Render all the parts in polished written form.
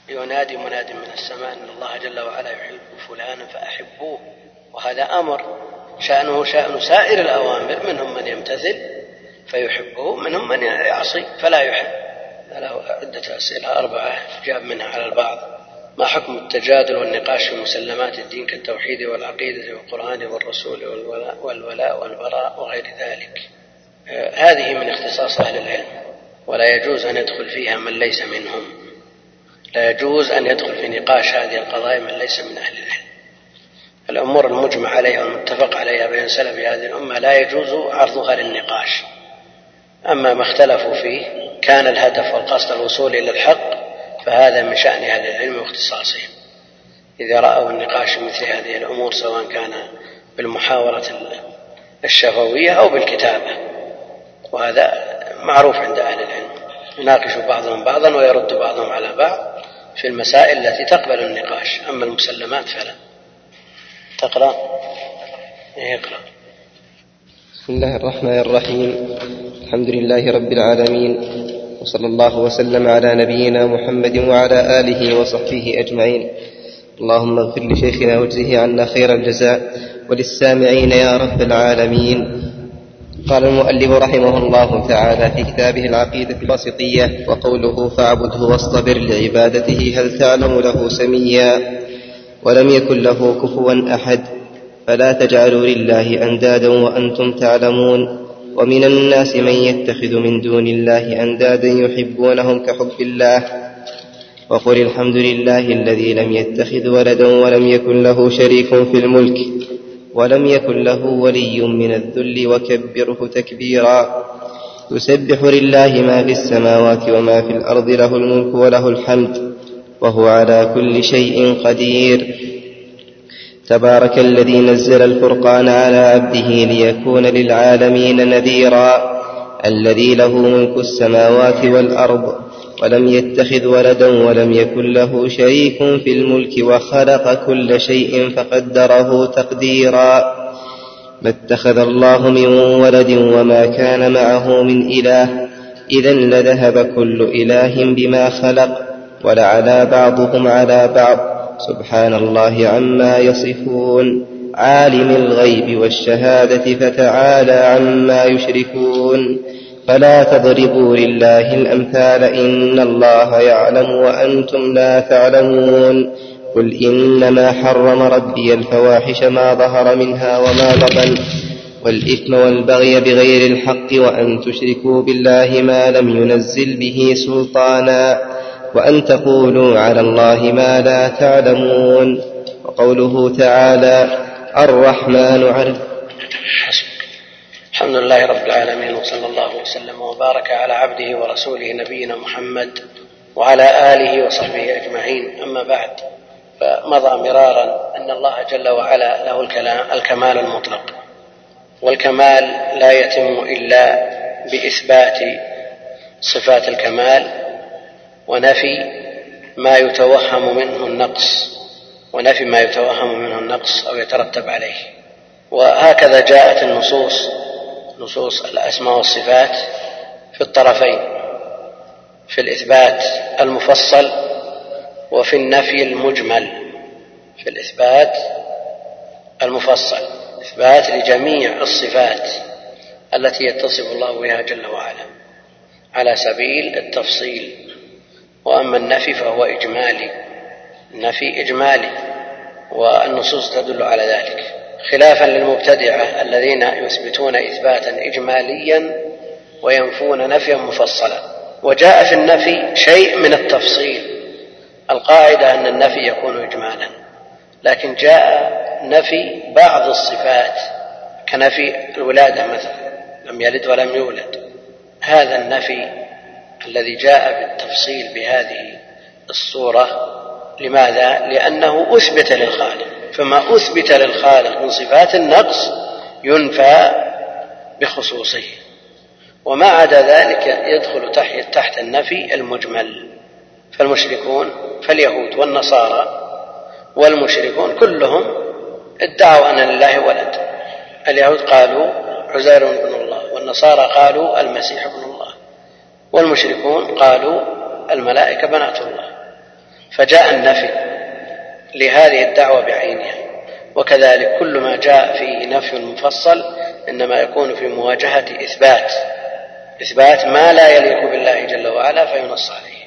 ينادي مناد من السماء أن الله جل وعلا يحب فلانا فأحبوه، وهذا أمر شأنه شأن سائر الأوامر، منهم من يمتثل فيحبه، منهم من يعصي فلا يحب. له عدة أسئلة 4 جاب منها على البعض. ما حكم التجادل والنقاش في مسلمات الدين كالتوحيد والعقيدة والقرآن والرسول والولاء والبراء وغير ذلك؟ هذه من اختصاص أهل العلم، ولا يجوز أن يدخل فيها من ليس منهم. لا يجوز أن يدخل في نقاش هذه القضايا من ليس من أهل العلم. الأمور المجمع عليها والمتفق عليها بين سلف هذه الأمة لا يجوز عرضها للنقاش. أما ما اختلفوا فيه كان الهدف والقصد الوصول إلى الحق، فهذا من شأن أهل العلم واختصاصهم. إذا رأوا النقاش مثل هذه الأمور سواء كان بالمحاورة الشفوية أو بالكتابة، وهذا معروف عند أهل العلم، يناقش بعضهم بعضا ويرد بعضهم على بعض في المسائل التي تقبل النقاش. أما المسلمات فلا. تقرأ؟ اقرأ. بسم الله الرحمن الرحيم. الحمد لله رب العالمين، وصلى الله وسلم على نبينا محمد وعلى آله وصحبه أجمعين. اللهم اغفر لشيخنا واجزه عنا خير الجزاء، وللسامعين يا رب العالمين. قال المؤلف رحمه الله تعالى في كتابه العقيدة الواسطية: وقوله فاعبده واصطبر لعبادته هل تعلم له سميا، ولم يكن له كفوا أحد، فلا تجعلوا لله أندادا وأنتم تعلمون. ومن الناس من يتخذ من دون الله أندادا يحبونهم كحب الله. وقل الحمد لله الذي لم يتخذ ولدا ولم يكن له شريك في الملك ولم يكن له ولي من الذل وكبره تكبيرا. يسبح لله ما في السماوات وما في الأرض، له الملك وله الحمد وهو على كل شيء قدير. تبارك الذي نزل الفرقان على عبده ليكون للعالمين نذيرا. الذي له ملك السماوات والأرض ولم يتخذ ولدا ولم يكن له شريك في الملك وخلق كل شيء فقدره تقديرا. ما اتخذ الله من ولد وما كان معه من إله، إذن لذهب كل إله بما خلق ولعلى بعضهم على بعض. سبحان الله عما يصفون. عالم الغيب والشهادة فتعالى عما يشركون. فلا تضربوا لله الأمثال، إن الله يعلم وأنتم لا تعلمون. قل إنما حرم ربي الفواحش ما ظهر منها وما بطن، والإثم والبغي بغير الحق، وأن تشركوا بالله ما لم ينزل به سلطانا، وأن تقولوا على الله ما لا تعلمون. وقوله تعالى: الرحمن على. الحمد لله رب العالمين، وصلى الله وسلم وبارك على عبده ورسوله نبينا محمد وعلى آله وصحبه أجمعين. أما بعد، فمضى مرارا أن الله جل وعلا له الكمال المطلق، والكمال لا يتم إلا بإثبات صفات الكمال ونفي ما يتوهم منه النقص أو يترتب عليه. وهكذا جاءت نصوص الأسماء والصفات في الطرفين، في الإثبات المفصل وفي النفي المجمل. في الإثبات المفصل إثبات لجميع الصفات التي يتصف الله بها جل وعلا على سبيل التفصيل. وأما النفي فهو إجمالي، والنصوص تدل على ذلك، خلافا للمبتدعة الذين يثبتون إثباتا إجماليا وينفون نفيا مفصلا. وجاء في النفي شيء من التفصيل. القاعدة أن النفي يكون إجمالا، لكن جاء نفي بعض الصفات كنفي الولادة مثلا، لم يلد ولم يولد. هذا النفي الذي جاء بالتفصيل بهذه الصورة، لماذا؟ لأنه أثبت للخالق، فما أثبت للخالق من صفات النقص ينفى بخصوصه، وما عدا ذلك يدخل تحت النفي المجمل. فاليهود والنصارى والمشركون كلهم ادعوا أن لله ولد. اليهود قالوا عزير ابن الله، والنصارى قالوا المسيح ابن الله، والمشركون قالوا الملائكة بنات الله. فجاء النفي لهذه الدعوة بعينها. وكذلك كل ما جاء في نفي المفصل إنما يكون في مواجهة إثبات ما لا يليق بالله جل وعلا فينص عليه.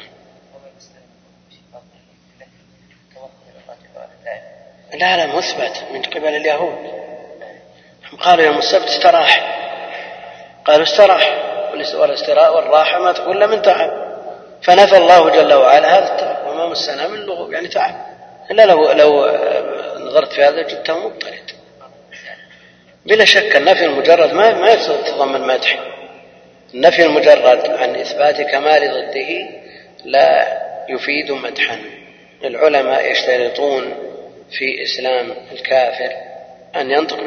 لا مثبت من قبل اليهود. قالوا يوم السبت استراح، قالوا استراح، والاستراء والراحة ما تقول له من تعب، فنفى الله جل وعلا هذا التعب وما مسنا من لغو، يعني تعب. إلا لو نظرت في هذا جدته مضطرد. بلا شك النفي المجرد ما يتضمن مدح. النفي المجرد عن إثبات كمال ضده لا يفيد مدحا. العلماء يشترطون في إسلام الكافر أن ينطق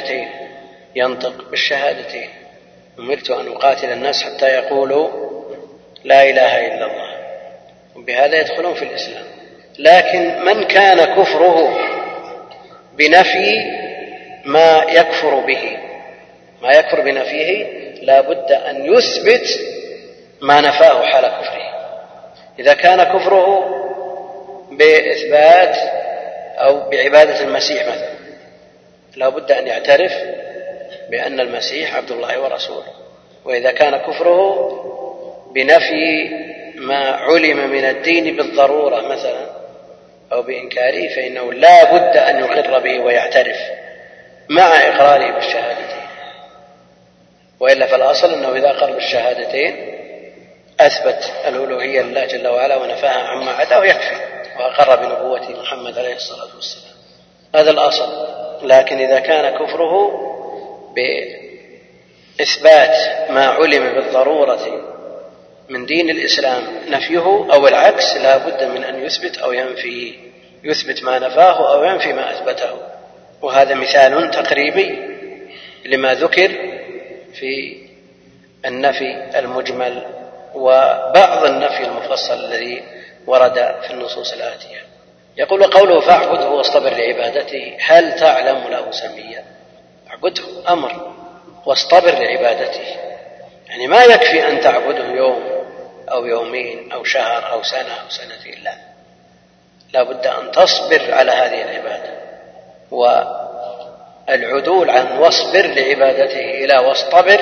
بالشهادتين. أمرت أن أقاتل الناس حتى يقولوا لا إله إلا الله، وبهذا يدخلون في الإسلام. لكن من كان كفره بنفي ما يكفر بنفيه لا بد أن يثبت ما نفاه حال كفره. إذا كان كفره بإثبات أو بعبادة المسيح مثلا، لا بد أن يعترف بأن المسيح عبد الله ورسوله. وإذا كان كفره بنفي ما علم من الدين بالضرورة مثلا أو بإنكاره، فإنه لا بد أن يقر به ويعترف مع إقراره بالشهادتين. وإلا فالأصل أنه إذا قر بالشهادتين أثبت الألوهية لله جل وعلا ونفاها عما عداه يكفي، وأقر بنبوة محمد عليه الصلاة والسلام. هذا الأصل. لكن إذا كان كفره بإثبات ما علم بالضرورة من دين الإسلام نفيه أو العكس، لا بد من أن يثبت أو ينفي، يثبت ما نفاه أو ينفي ما أثبته. وهذا مثال تقريبي لما ذكر في النفي المجمل وبعض النفي المفصل الذي ورد في النصوص الآتية. يقول قوله فاعبده واصطبر لعبادته، هل تعلم له سميا؟ اعبده أمر، واصطبر لعبادته، يعني ما يكفي أن تعبده يوم أو يومين أو شهر أو سنة أو سنتين، لا بد أن تصبر على هذه العبادة. والعدول عن واصبر لعبادته إلى واصطبر،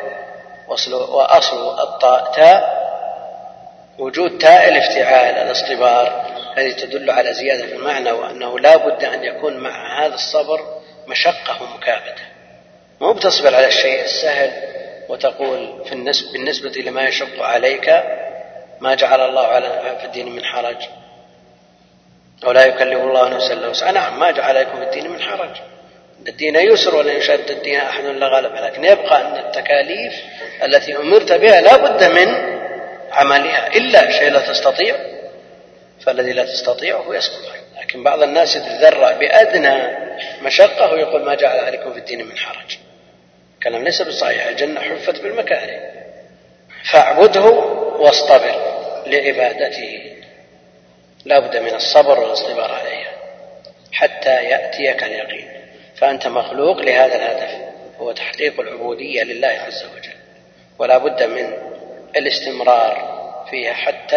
وأصل الطاء تاء، وجود تاء الافتعال الاصطبار هذه تدل على زيادة في المعنى، وأنه لا بد أن يكون مع هذا الصبر مشقة ومكابدة. مو بتصبر على الشيء السهل وتقول بالنسبة لما يشق عليك ما جعل الله في الدين من حرج، أو لا يكلف الله نفسا إلا وسعها. نعم، ما جعل عليكم في الدين من حرج، الدين يسر ولا يشد الدين أحد لا غالب، لكن يبقى أن التكاليف التي أمرت بها لا بد من عملها، إلا شيء لا تستطيع، فالذي لا تستطيعه يسقط. لكن بعض الناس يتذرع بأدنى مشقة ويقول ما جعل عليكم في الدين من حرج، كلام ليس بصحيح. الجنة حفت بالمكاره. فاعبده واصطبر لعبادته، لا بد من الصبر والاصطبار عليها حتى يأتيك اليقين. فأنت مخلوق لهذا الهدف، هو تحقيق العبودية لله عز وجل، ولا بد من الاستمرار فيها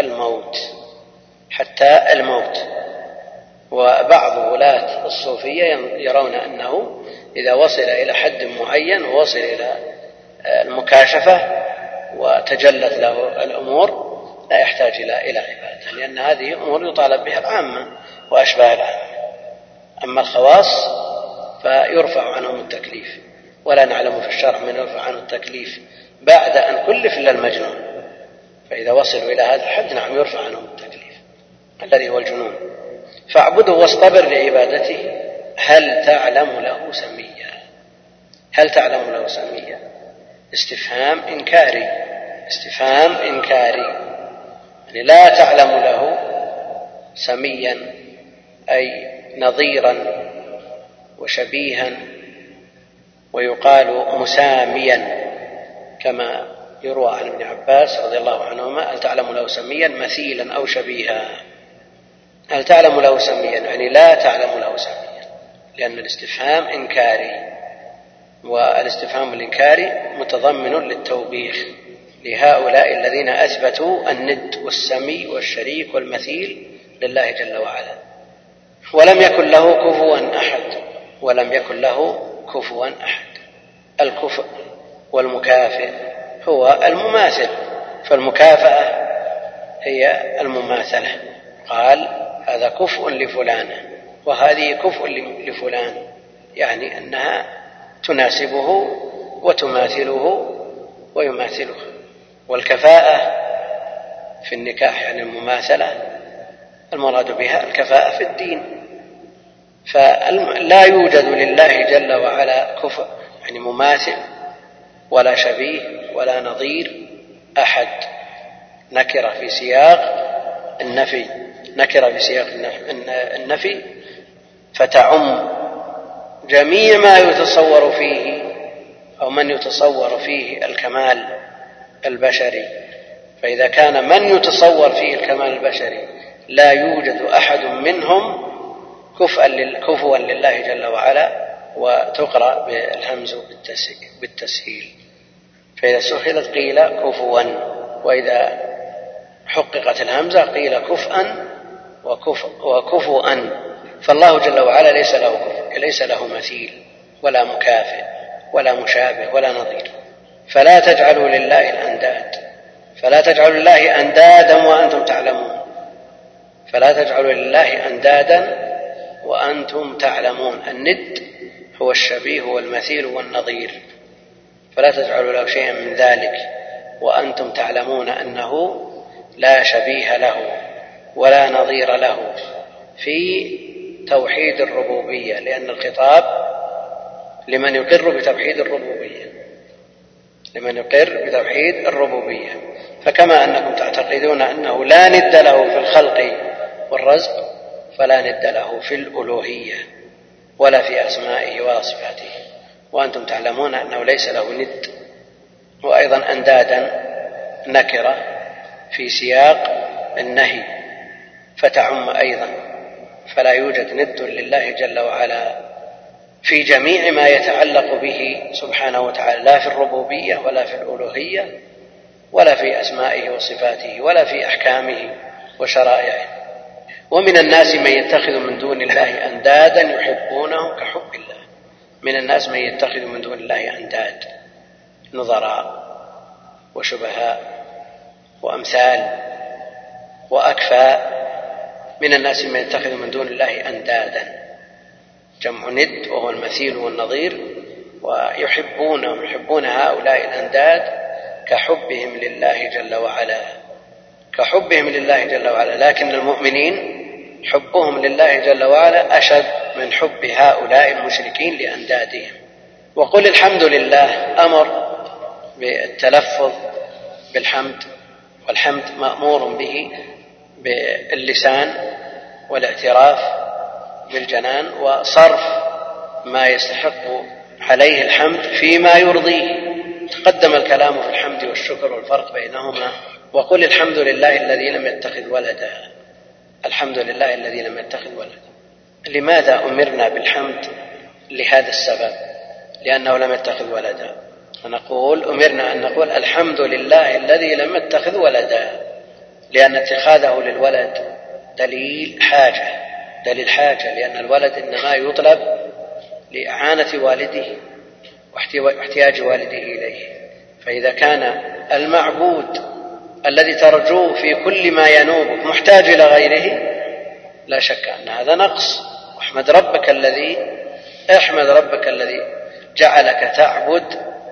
حتى الموت. وبعض ولاة الصوفية يرون أنه إذا وصل إلى حد معين ووصل إلى المكاشفة وتجلت له الأمور لا يحتاج إلى عبادة، لأن هذه أمور يطالب بها العامة وأشباه العامة. أما الخواص فيرفع عنهم التكليف، ولا نعلم في الشرع من يرفع عنه التكليف بعد أن كلف إلا المجنون. فإذا وصلوا إلى هذا الحد نعم يرفع عنهم التكليف الذي هو الجنون. فاعبده واصطبر لعبادته، هل تعلم له سميا؟ هل تعلم له سميا؟ استفهام إنكاري، يعني لا تعلم له سميا أي نظيرا وشبيها، ويقال مساميا كما يروى عن ابن عباس رضي الله عنهما: هل تعلم له سميا مثيلا أو شبيها. هل تعلم له سميا يعني لا تعلم له سميا، لأن الاستفهام إنكاري، والاستفهام الإنكاري متضمن للتوبيخ لهؤلاء الذين أثبتوا الند والسمي والشريك والمثيل لله جل وعلا، ولم يكن له كفوا أحد، ولم يكن له كفوا أحد. الكفء والمكافئ هو المماثل، فالمكافأة هي المماثلة. قال هذا كفء لفلان وهذه كفء لفلان، يعني أنها تناسبه وتماثله ويماثله. والكفاءة في النكاح يعني المماثلة، المراد بها الكفاءة في الدين، فلا يوجد لله جل وعلا كفء يعني مماثل ولا شبيه ولا نظير أحد. نكرة في سياق النفي، نكرة في سياق النفي فتعم جميع ما يتصور فيه أو من يتصور فيه الكمال البشري. فإذا كان من يتصور فيه الكمال البشري لا يوجد أحد منهم كفوا لله جل وعلا، وتقرأ بالهمز بالتسهيل، فإذا سهلت قيل كفوا، وإذا حققت الهمزة قيل كفءا وكفوا. فالله جل وعلا ليس له كفء، ليس له مثيل ولا مكافئ ولا مشابه ولا نظير. فلا تجعلوا لله الأنداد، فلا تجعلوا لله أندادا وأنتم تعلمون، فلا تجعلوا لله أندادا وأنتم تعلمون. الند هو الشبيه والمثيل والنظير، فلا تجعلوا له شيئا من ذلك وأنتم تعلمون أنه لا شبيه له ولا نظير له في توحيد الربوبية، لأن الخطاب لمن يقر بتوحيد الربوبية، لمن يقر بتوحيد الربوبية. فكما أنكم تعتقدون أنه لا ند له في الخلق والرزق، فلا ند له في الألوهية ولا في أسمائه وصفاته، وأنتم تعلمون أنه ليس له ند. وأيضا أندادا نكرة في سياق النهي فتعم أيضا، فلا يوجد ند لله جل وعلا في جميع ما يتعلق به سبحانه وتعالى، لا في الربوبية ولا في الألوهية ولا في أسمائه وصفاته ولا في أحكامه وشرائعه. ومن الناس من يتخذ من دون الله أندادا يحبونهم كحب الله. من الناس من يتخذ من دون الله أنداد، نظراء وشبهاء وأمثال وأكفاء. من الناس من يتخذ من دون الله أندادا، جمع ند وهو المثيل والنظير، ويحبونهم، يحبون هؤلاء الأنداد كحبهم لله جل وعلا، كحبهم لله جل وعلا. لكن المؤمنين حبهم لله جل وعلا أشد من حب هؤلاء المشركين لأندادهم. وقل الحمد لله أمر بالتلفظ بالحمد، والحمد مأمور به باللسان والاعتراف بالجنان، وصرف ما يستحق عليه الحمد فيما يرضيه. تقدم الكلام في الحمد والشكر والفرق بينهما. وقل الحمد لله الذي لم يتخذ ولدا، الحمد لله الذي لم يتخذ ولدا. لماذا أمرنا بالحمد؟ لهذا السبب، لأنه لم يتخذ ولدا. فنقول أمرنا أن نقول الحمد لله الذي لم يتخذ ولدا، لأن اتخاذه للولد دليل حاجة، لأن الولد إنما يطلب لإعانة والده واحتياج والده إليه. فإذا كان المعبود الذي ترجوه في كل ما ينوبك محتاج إلى غيره، لا شك أن هذا نقص. احمد ربك الذي جعلك تعبد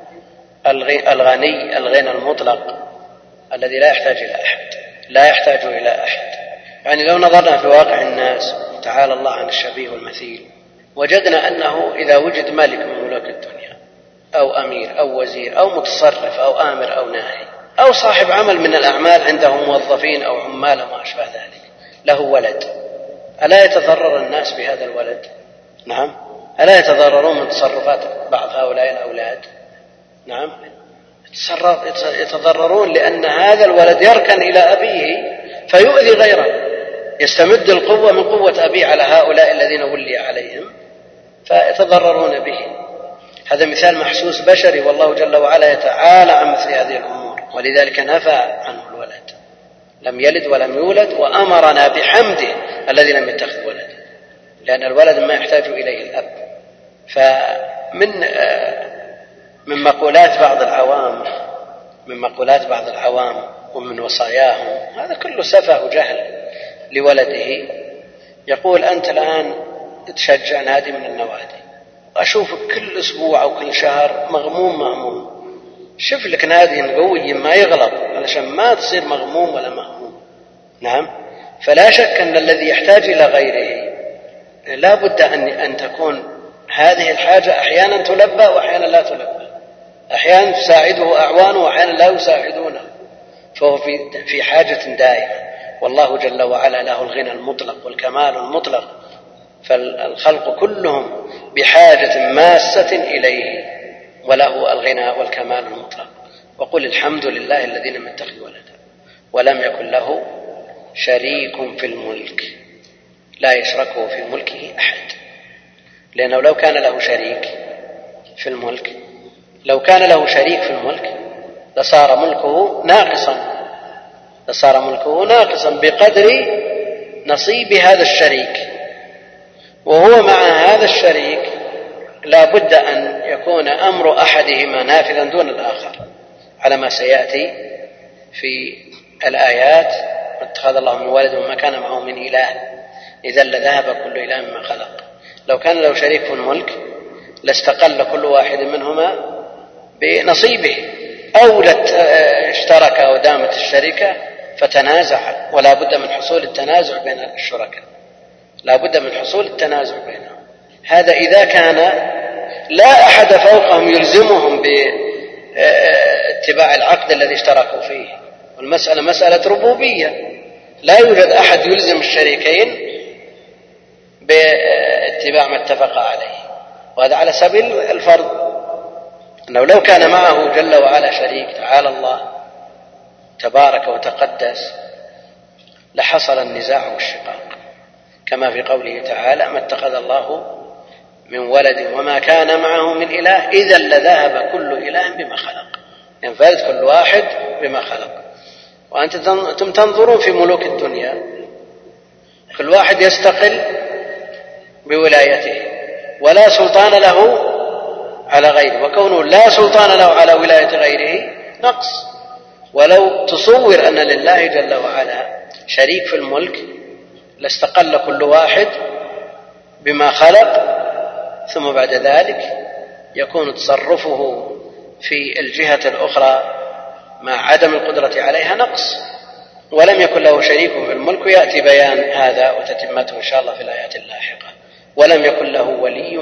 الغني الغنى المطلق الذي لا يحتاج إلى أحد. يعني لو نظرنا في واقع الناس، تعالى الله عن الشبيه والمثيل، وجدنا أنه إذا وجد ملك من ملوك الدنيا أو أمير أو وزير أو متصرف أو آمر أو ناهي أو صاحب عمل من الأعمال، عنده موظفين أو عمال ما أشبه ذلك، له ولد، ألا يتضرر الناس بهذا الولد؟ نعم. ألا يتضررون من تصرفات بعض هؤلاء الأولاد؟ نعم، يتضررون، لأن هذا الولد يركن إلى أبيه فيؤذي غيره، يستمد القوة من قوة أبيه على هؤلاء الذين ولي عليهم فيتضررون به. هذا مثال محسوس بشري، والله جل وعلا يتعالى عن مثل هذه الأمور، ولذلك نفى عنه الولد، لم يلد ولم يولد، وأمرنا بحمده الذي لم يتخذ ولدا، لأن الولد ما يحتاج إليه الأب. من مقولات بعض العوام ومن وصاياهم، هذا كله سفه وجهل لولده. يقول: أنت الآن تشجع نادي من النوادي، أشوفك كل أسبوع أو كل شهر مغموم، شوف لك نادي قوي ما يغلط علشان ما تصير مغموم ولا مهموم. نعم، فلا شك أن الذي يحتاج إلى غيره لا بد أن تكون هذه الحاجة أحيانا تلبى وأحيانا لا تلبى، أحيانا تساعده أعوانه وأحيانا لا يساعدونه، فهو في حاجة دائمة. والله جل وعلا له الغنى المطلق والكمال المطلق، فالخلق كلهم بحاجة ماسة إليه، وله الغنى والكمال المطلق. وقل الحمد لله الذي لم يتخذ ولدا ولم يكن له شريك في الملك، لا يشركه في ملكه أحد. لأنه لو كان له شريك في الملك لصار ملكه ناقصا بقدر نصيب هذا الشريك، وهو مع هذا الشريك لا بد أن يكون أمر أحدهما نافذا دون الآخر، على ما سيأتي في الآيات: واتخذ الله من ولد وما كان معه من إله إذا لذهب كل إله مما خلق. لو كان له شريك في الملك لاستقل كل واحد منهما بنصيبه، أو اشترك ودامت الشركة فتنازع، ولا بد من حصول التنازع بين الشركاء، بينهم. هذا إذا كان لا أحد فوقهم يلزمهم باتباع العقد الذي اشتركوا فيه، والمسألة مسألة ربوبية، لا يوجد أحد يلزم الشريكين باتباع ما اتفق عليه، وهذا على سبيل الفرض. أنه لو كان معه جل وعلا شريك، تعالى الله تبارك وتقدس، لحصل النزاع والشقاق، كما في قوله تعالى: ما اتخذ الله من ولد وما كان معه من إله إذا لذهب كل إله بما خلق، ينفرد كل واحد بما خلق. وأنتم تنظرون في ملوك الدنيا، كل واحد يستقل بولايته ولا سلطان له على غيره، وكونه لا سلطان له على ولاية غيره نقص. ولو تصور أن لله جل وعلا شريك في الملك لاستقل كل واحد بما خلق، ثم بعد ذلك يكون تصرفه في الجهة الأخرى مع عدم القدرة عليها نقص. ولم يكن له شريك في الملك، ويأتي بيان هذا وتتمته إن شاء الله في الآيات اللاحقة. ولم يكن له ولي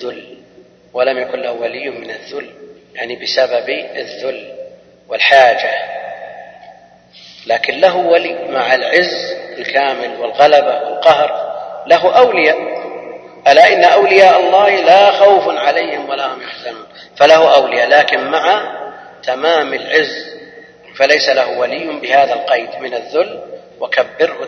من الذل، يعني بسبب الذل والحاجة، لكن له ولي مع العز الكامل والغلبة والقهر، له أولياء. ألا إن أولياء الله لا خوف عليهم ولا هم يحزنون، فله أولياء لكن مع تمام العز، فليس له ولي بهذا القيد من الذل. وكبره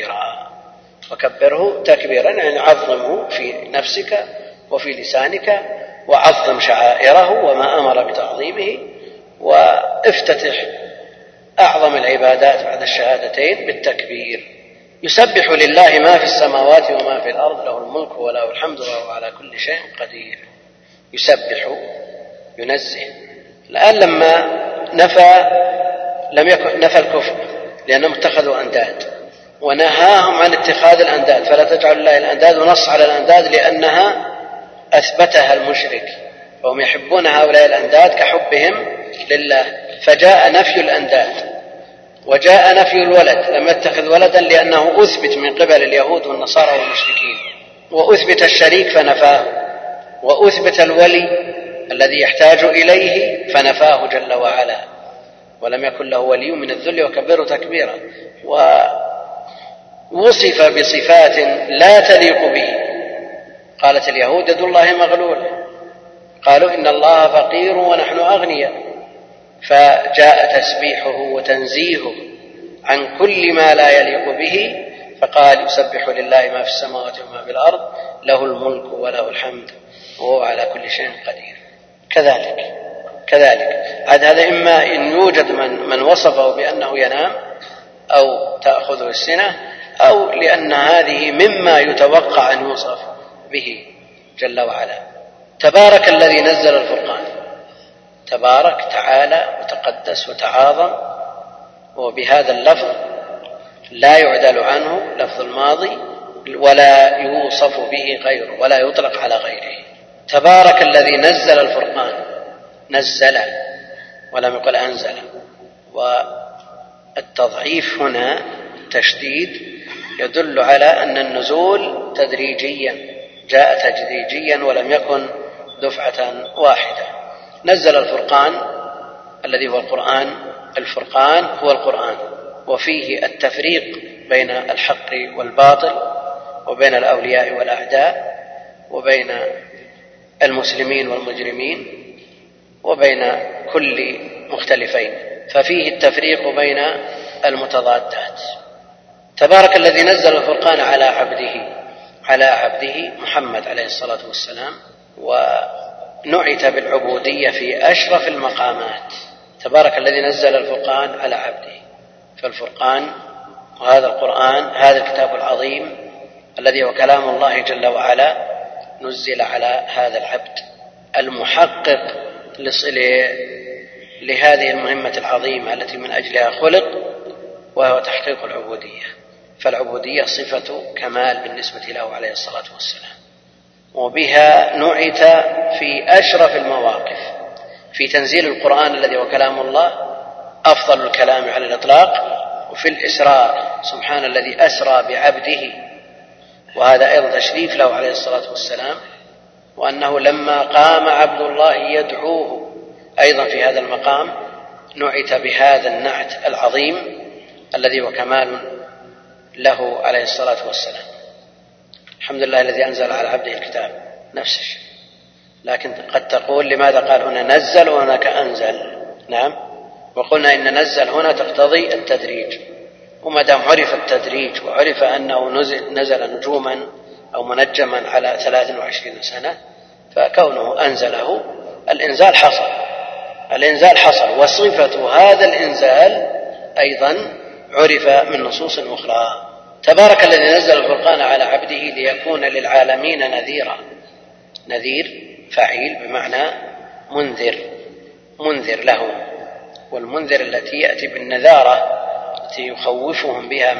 تكبيرا، يعني عظمه في نفسك وفي لسانك، وعظم شعائره وما أمر بتعظيمه، وافتتح أعظم العبادات بعد الشهادتين بالتكبير. يسبح لله ما في السماوات وما في الأرض، له الملك وله الحمد وهو على كل شيء قدير. يسبح، ينزه. الآن لما نفى الكفر لأنهم اتخذوا أنداد، ونهاهم عن اتخاذ الأنداد، فلا تجعل الله الأنداد، ونص على الأنداد لأنها أثبتها المشرك، فهم يحبون هؤلاء الأنداد كحبهم لله، فجاء نفي الأنداد وجاء نفي الولد. لم يتخذ ولدا لأنه أثبت من قبل اليهود والنصارى والمشركين، وأثبت الشريك فنفاه، وأثبت الولي الذي يحتاج إليه فنفاه جل وعلا. ولم يكن له ولي من الذل، وكبره تكبيرا. ووصف بصفات لا تليق به. قالت اليهود يد الله مغلولة، قالوا إن الله فقير ونحن أغنياء، فجاء تسبيحه وتنزيهه عن كل ما لا يليق به، فقال يسبح لله ما في السماوات وما في الأرض، له الملك وله الحمد وهو على كل شيء قدير. كذلك عاد هذا إما إن يوجد من وصفه بأنه ينام، أو تأخذه السنة، أو لأن هذه مما يتوقع أن يوصف به جل وعلا. تبارك الذي نزل الفرقان، تبارك تعالى وتقدس وتعاظم، وبهذا اللفظ لا يعدل عنه لفظ الماضي ولا يوصف به غيره ولا يطلق على غيره. تبارك الذي نزل الفرقان، نزل ولم يقل أنزل، والتضعيف هنا تشديد يدل على أن النزول تدريجيا، جاء تدريجيا ولم يكن دفعة واحدة. نزل الفرقان الذي هو القرآن، الفرقان هو القرآن، وفيه التفريق بين الحق والباطل، وبين الأولياء والأعداء، وبين المسلمين والمجرمين، وبين كل مختلفين، ففيه التفريق بين المتضادات. تبارك الذي نزل الفرقان على عبده محمد عليه الصلاة والسلام، ونعت بالعبودية في أشرف المقامات. تبارك الذي نزل الفرقان على عبده، فالفرقان وهذا القرآن، هذا الكتاب العظيم الذي هو كلام الله جل وعلا، نزل على هذا العبد المحقق لهذه المهمة العظيمة التي من أجلها خلق، وهو تحقيق العبودية. فالعبودية صفة كمال بالنسبة له عليه الصلاة والسلام، وبها نعت في أشرف المواقف، في تنزيل القرآن الذي هو كلام الله أفضل الكلام على الإطلاق، وفي الإسراء سبحان الذي أسرى بعبده، وهذا أيضا تشريف له عليه الصلاة والسلام، وأنه لما قام عبد الله يدعوه أيضا في هذا المقام نعت بهذا النعت العظيم الذي هو كمال له عليه الصلاة والسلام. الحمد لله الذي أنزل على عبده الكتاب، نفس الشيء. لكن قد تقول لماذا قال هنا نزل وهناك أنزل؟ نعم، وقلنا إن نزل هنا تقتضي التدريج، وما دام عرف التدريج وعرف أنه نزل نجوما أو منجما على 23 سنة، فكونه أنزله الإنزال حصل، وصفة هذا الإنزال أيضا عرف من نصوص أخرى. تبارك الذي نزل الفرقان على عبده ليكون للعالمين نذيرا. نذير فعيل بمعنى منذر لهم، والمنذر التي يأتي بالنذارة التي يخوفهم بها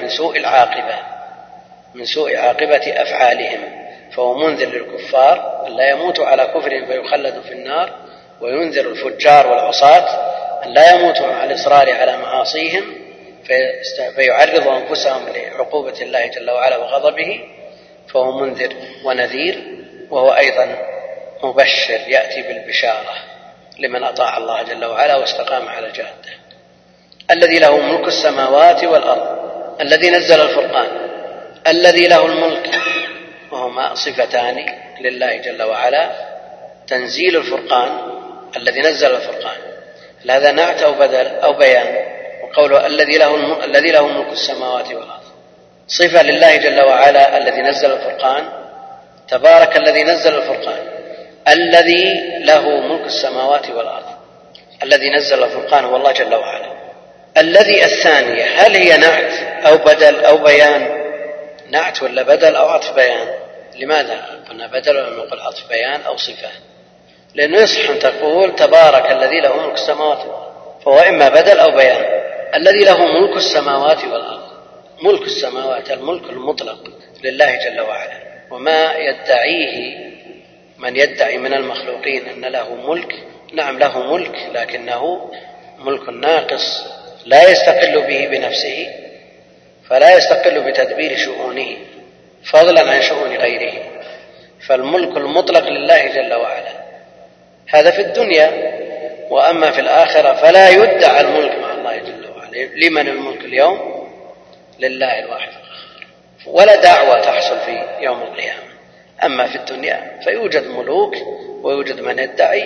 من سوء عاقبة أفعالهم، فهو منذر للكفار أن لا يموتوا على كفرهم فيخلدوا في النار، وينذر الفجار والعصاة أن لا يموتوا على الإصرار على معاصيهم فيعرضوا أنفسهم لعقوبة الله جل وعلا وغضبه، فهو منذر ونذير، وهو أيضا مبشر يأتي بالبشارة لمن أطاع الله جل وعلا واستقام على الجادة. الذي له ملك السماوات والأرض، الذي نزل الفرقان، الذي له الملك، وهما صفتان لله جل وعلا. تنزيل الفرقان، الذي نزل الفرقان، هذا نعت أو بدل أو بيان، وقوله الذي له ملك السماوات والأرض صفة لله جل وعلا الذي نزل الفرقان. تبارك الذي نزل الفرقان، الذي له ملك السماوات والأرض، الذي نزل الفرقان هو الله جل وعلا. الذي الثانية هل هي نعت أو بدل أو بيان؟ نعت ولا بدل أو عطف بيان؟ لماذا قلنا بدل ولم نقل عطف بيان أو صفة؟ لأنه يصح أن تقول تبارك الذي له ملك السماوات والأرض، فهو إما بدل أو بيان. الذي له ملك السماوات والأرض، ملك السماوات الملك المطلق لله جل وعلا، وما يدعيه من يدعي من المخلوقين أن له ملك، نعم له ملك، لكنه ملك ناقص لا يستقل به بنفسه، فلا يستقل بتدبير شؤونه فضلا عن شؤون غيره. فالملك المطلق لله جل وعلا، هذا في الدنيا. وأما في الآخرة فلا يدعى الملك مع الله جل وعلا. لمن الملك اليوم؟ لله الواحد القهار، ولا دعوة تحصل في يوم القيامة. أما في الدنيا فيوجد ملوك، ويوجد من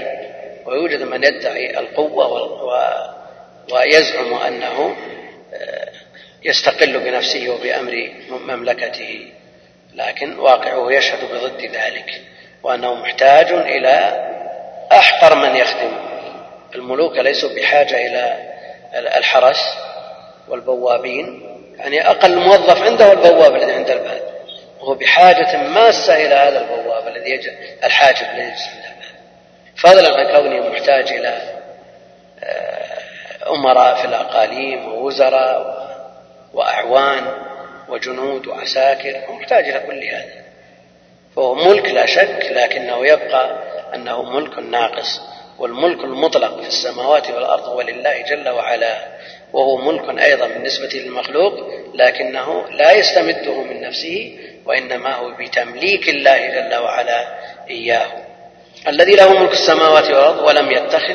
يدعي القوة ويزعم أنه يستقل بنفسه وبأمر مملكته، لكن واقعه يشهد بضد ذلك، وأنه محتاج إلى أحقر من يخدمه. الملوك ليسوا بحاجة إلى الحرس والبوابين، يعني أقل موظف عنده البواب الذي عند الباب، وهو بحاجة ماسة إلى هذا البواب الحاجب الذي يجلس عند الباب، فضلا عن كونه محتاج إلى أمراء في الأقاليم ووزراء وأعوان وجنود وعساكر، ومحتاج إلى كل هذا. فهو ملك لا شك، لكنه يبقى أنه ملك ناقص، والملك المطلق في السماوات والأرض هو لله جل وعلا، وهو ملك أيضا بالنسبة للمخلوق، لكنه لا يستمده من نفسه، وإنما هو بتمليك الله جل وعلا إياه، الذي له ملك السماوات والأرض ولم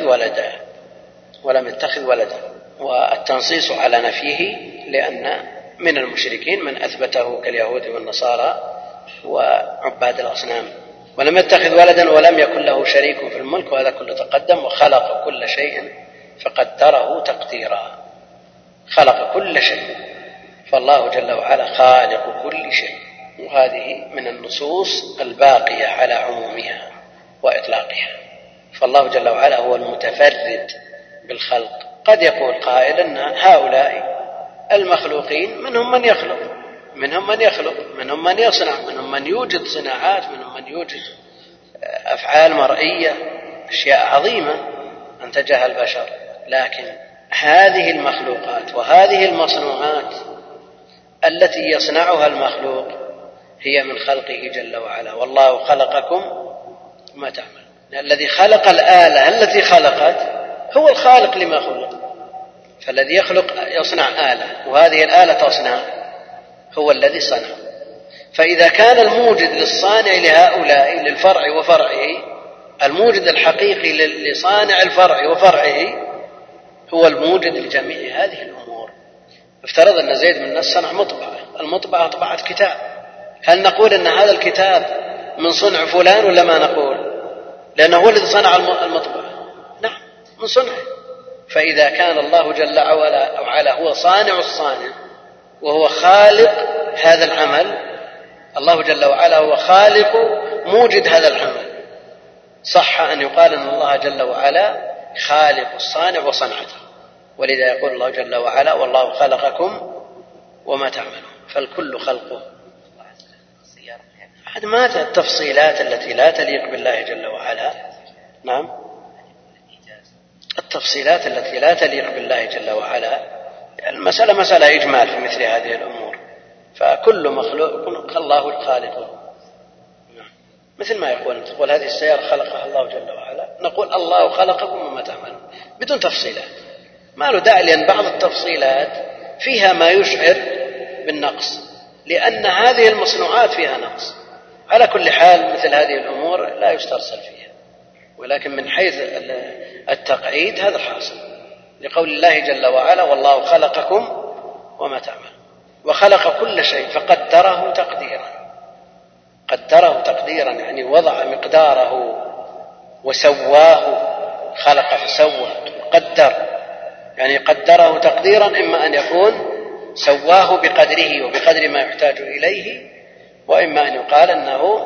يتخذ ولدا. والتنصيص على نفيه، لأن من المشركين من أثبته كاليهود والنصارى وعباد الأصنام. ولم يتخذ ولدا ولم يكن له شريك في الملك، وهذا كله تقدم. وخلق كل شيء فقدره تقديرا، خلق كل شيء، فالله جل وعلا خالق كل شيء. وهذه من النصوص الباقية على عمومها وإطلاقها. فالله جل وعلا هو المتفرد بالخلق. قد يقول قائل أن هؤلاء المخلوقين منهم من يخلق، منهم من يصنع، منهم من يوجد صناعات، منهم من يوجد أفعال مرئية، أشياء عظيمة أنتجها البشر. لكن هذه المخلوقات وهذه المصنوعات التي يصنعها المخلوق هي من خلقه جل وعلا. والله خلقكم ما تعمل. الذي خلق الآلة التي خلقت هو الخالق لما خلق، فالذي يصنع آلة، وهذه الآلة تصنع، هو الذي صنع. فإذا كان الموجد للصانع لهؤلاء للفرع وفرعه، الموجد الحقيقي لصانع الفرع وفرعه هو الموجد لجميع هذه الأمور. افترض أن زيد بن الناس صنع مطبعة، المطبعة طبعت كتاب، هل نقول أن هذا الكتاب من صنع فلان ولا ما نقول؟ لأنه هو الذي صنع المطبعة. نعم، من صنعه. فإذا كان الله جل وعلا هو صانع الصانع وهو خالق هذا العمل، الله جل وعلا هو خالق موجد هذا العمل، صح أن يقال أن الله جل وعلا خالق الصانع وصنعته. ولذا يقول الله جل وعلا والله خلقكم وما تعملون، فالكل خلقه. هذه مات التفصيلات التي لا تليق بالله جل وعلا. نعم، التفصيلات التي لا تليق بالله جل وعلا. المسألة مسألة إجمال في مثل هذه الأمور، فكل مخلوق الله الخالق. مثل ما تقول هذه السيارة خلقها الله جل وعلا، نقول الله خلقكم وما تعملون بدون تفصيلات. ما له داعي، لأن بعض التفصيلات فيها ما يشعر بالنقص، لأن هذه المصنوعات فيها نقص. على كل حال مثل هذه الأمور لا يسترسل فيها، ولكن من حيث التقعيد هذا حاصل لقول الله جل وعلا والله خلقكم وما تعملون. وخلق كل شيء فقدره تقديرا. قدره تقديرا يعني وضع مقداره وسواه، خلق فسوى. قدر يعني قدره تقديرا، إما أن يكون سواه بقدره وبقدر ما يحتاج إليه، وإما أن يقال أنه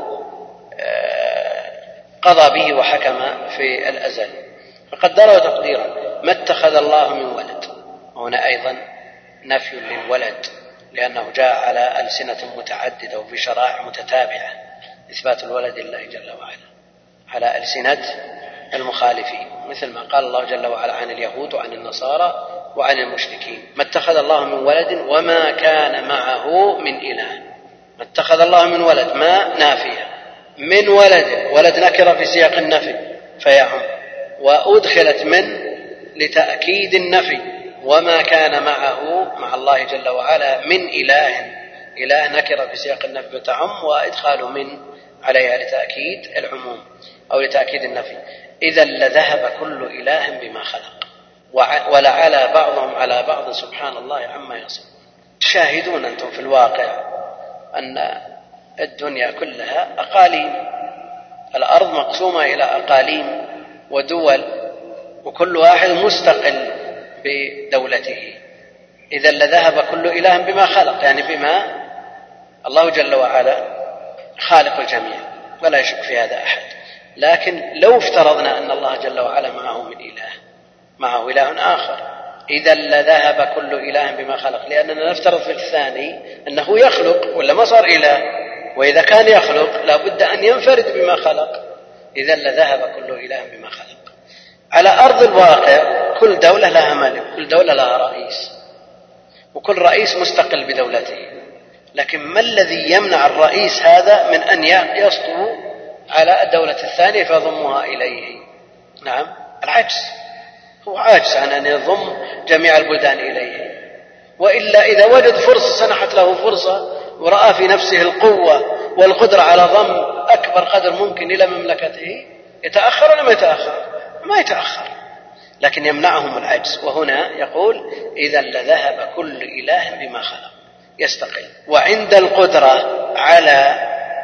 قضى به وحكم في الأزل. فقدره تقديرا. ما اتخذ الله من ولد، هنا أيضا نفي للولد، لأنه جاء على ألسنة متعددة وفي شرائع متتابعة إثبات الولد لله جل وعلا على ألسنة المخالفين، مثل ما قال الله جل وعلا عن اليهود وعن النصارى وعن المشركين. ما اتخذ الله من ولد وما كان معه من إله. ما اتخذ الله من ولد، ما نافية، من ولد نكرة في سياق النفي فيعم، وأدخلت من لتأكيد النفي. وما كان معه مع الله جل وعلا من إله نكرة في سياق النفي وتعم، وإدخال من عليها لتأكيد العموم أو لتأكيد النفي. إذا لذهب كل إله بما خلق، ولعلى بعضهم على بعض سبحان الله عما يصفون. تشاهدون أنتم في الواقع أن الدنيا كلها أقاليم، الأرض مقسومة إلى أقاليم ودول، وكل واحد مستقل بدولته. إذا لذهب كل إله بما خلق، يعني بما الله جل وعلا خالق الجميع ولا يشك في هذا أحد. لكن لو افترضنا أن الله جل وعلا معه من إله، معه إله آخر، إذا لذهب كل إله بما خلق، لأننا نفترض في الثاني أنه يخلق ولا ما صار إله، وإذا كان يخلق لا بد أن ينفرد بما خلق. إذا لذهب كل إله بما خلق. على أرض الواقع كل دولة لها ملك، كل دولة لها رئيس، وكل رئيس مستقل بدولته، لكن ما الذي يمنع الرئيس هذا من أن يسطو على الدولة الثانية فيضمها إليه؟ نعم، العجز، هو عاجز عن أن يضم جميع البلدان إليه، وإلا إذا وجد فرصة سنحت له فرصة ورأى في نفسه القوة والقدرة على ضم أكبر قدر ممكن إلى مملكته، يتأخر ولا ما يتأخر؟ ما يتأخر، لكن يمنعهم العجز. وهنا يقول إذا لذهب كل إله بما خلق، يستقل. وعند القدرة على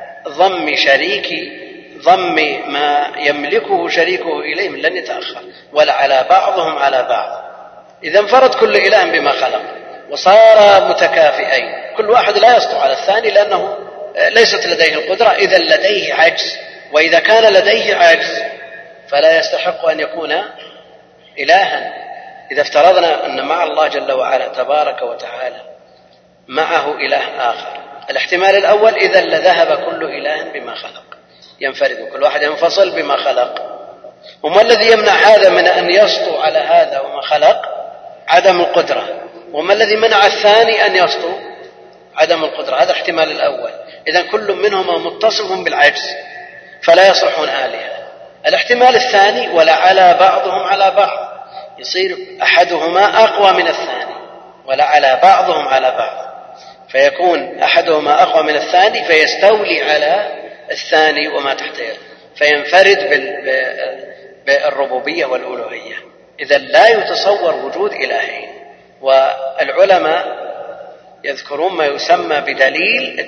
ضم ما يملكه شريكه إليه لن يتأخر، ولا على بعضهم على بعض. إذا انفرد كل إله بما خلق وصار متكافئين، كل واحد لا يسطع على الثاني لأنه ليست لديه القدرة، إذا لديه عجز. وإذا كان لديه عجز فلا يستحق أن يكون إلها. إذا افترضنا أن مع الله جل وعلا تبارك وتعالى معه إله آخر، الاحتمال الأول إذا لذهب كل إله بما خلق، ينفرد كل واحد ينفصل بما خلق. وما الذي يمنع هذا من أن يسطو على هذا وما خلق؟ عدم القدرة. وما الذي منع الثاني أن يسطو؟ عدم القدرة. هذا الاحتمال الأول. إذن كل منهما متصف بالعجز فلا يصلحون آلهة. الاحتمال الثاني ولعلى بعضهم على بعض، يصير أحدهما أقوى من الثاني، ولعلى بعضهم على بعض، فيكون أحدهما أقوى من الثاني فيستولي على الثاني وما تحت يده، فينفرد بالربوبية والألوهية. إذا لا يتصور وجود إلهين. والعلماء يذكرون ما يسمى بدليل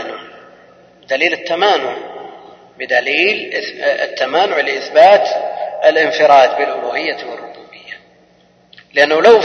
التمانع لإثبات الانفراد بالألوهية والربوبية. لأنه لو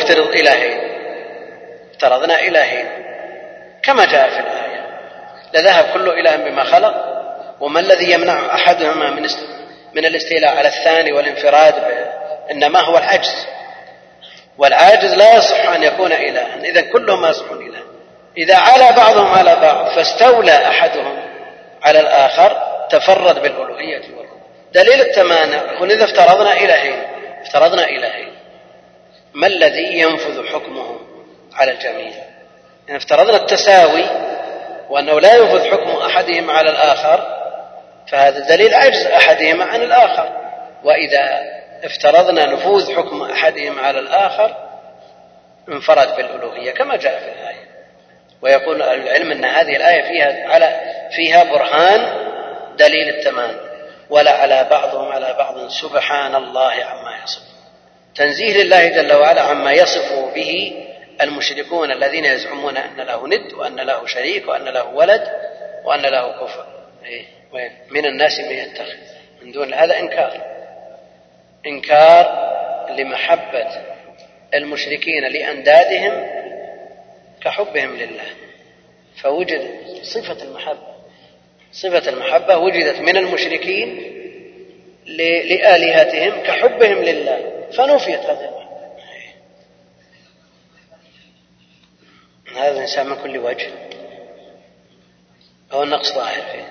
افترضنا إلهين كما جاء في الآية لذهب كل إله بما خلق. وما الذي يمنع أحدهما من الاستيلاء على الثاني والانفراد إنما هو العجز، والعاجز لا يصح أن يكون إلها. إذا كلهم يصحون إله. إذا على بعضهم على بعض فاستولى أحدهم على الآخر تفرد بالألوهية والربوبية. دليل التمانع يقول إذا افترضنا إلهين ما الذي ينفذ حكمه على الجميع؟ إن افترضنا التساوي وأنه لا ينفذ حكم أحدهم على الآخر فهذا دليل عجز أحدهما عن الآخر. وإذا افترضنا نفوذ حكم أحدهم على الآخر انفرد بالألوهية كما جاء في الآية. ويقول العلم أن هذه الآية فيها برهان دليل التمام. ولا على بعضهم على بعض سبحان الله عما يصف، تنزيه لله جل وعلا عما يصف به المشركون الذين يزعمون أن له ند وأن له شريك وأن له ولد وأن له كفر. من الناس من يتخذ من دون هذا إنكار لمحبة المشركين لأندادهم كحبهم لله. فوجد صفة المحبة وجدت من المشركين لآلهتهم كحبهم لله، فنفيت هذه المحبة. هذا الإنسان من كل وجه أو النقص ظاهر فيه.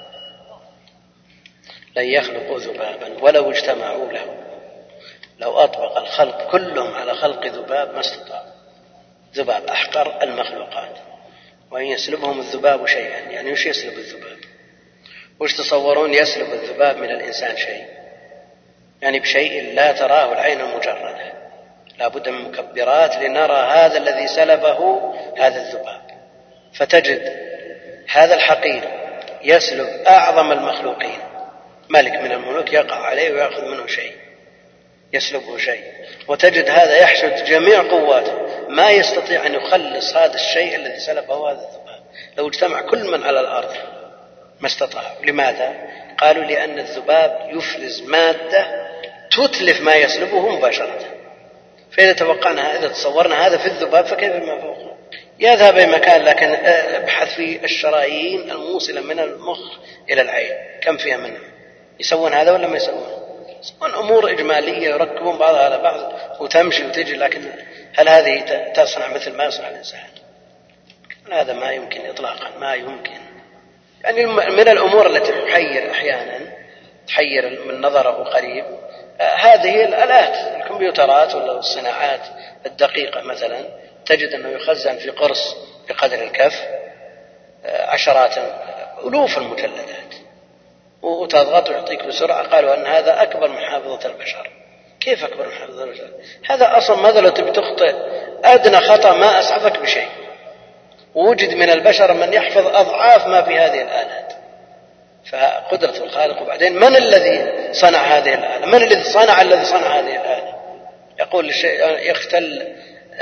لن يخلقوا ذبابا ولو اجتمعوا له، لو أطبق الخلق كلهم على خلق ذباب ما استطاعوا. ذباب أحقر المخلوقات، وإن يسلبهم الذباب شيئا، يعني وش يسلب الذباب؟ وش تصورون يسلب الذباب من الإنسان شيء؟ يعني بشيء لا تراه العين المجردة، لا بد من مكبرات لنرى هذا الذي سلبه هذا الذباب. فتجد هذا الحقير يسلب أعظم المخلوقين، ملك من الملوك يقع عليه ويأخذ منه شيء، يسلبه شيء. وتجد هذا يحشد جميع قواته ما يستطيع أن يخلص هذا الشيء الذي سلبه هذا الذباب. لو اجتمع كل من على الأرض ما استطاعوا. لماذا؟ قالوا لأن الذباب يفرز مادة تتلف ما يسلبه مباشرة. فإذا تصورنا هذا في الذباب فكيف ما فوقه؟ يذهب إلى مكان، لكن ابحث في الشرايين الموصلة من المخ إلى العين كم فيها منها. يسوون هذا ولا ما يسوون؟ يسوون أمور إجمالية يركبون بعضها على بعض وتمشي وتجي، لكن هل هذه تصنع مثل ما يصنع الإنسان؟ هذا ما يمكن إطلاقا، ما يمكن. يعني من الأمور التي تحير أحيانا، تحير من نظره قريب، هذه الآلات، الكمبيوترات ولا الصناعات الدقيقة مثلا، تجد أنه يخزن في قرص بقدر الكف عشرات ألوف المجلدات، وتضغط ويعطيك بسرعة. قالوا أن هذا أكبر من حافظة البشر. كيف أكبر من حافظة البشر؟ هذا أصلا ماذا لو تبي تخطئ أدنى خطأ ما أسعفك بشيء، ووجد من البشر من يحفظ أضعاف ما في هذه الآلات. فقدرة الخالق. وبعدين من الذي صنع هذه الآلة؟ من الذي صنع هذه الآلة؟ يقول الشيء يختل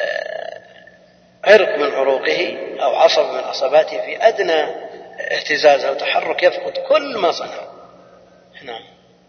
عرق من عروقه أو عصب من عصباته في أدنى اهتزاز أو تحرك يفقد كل ما صنع. نعم،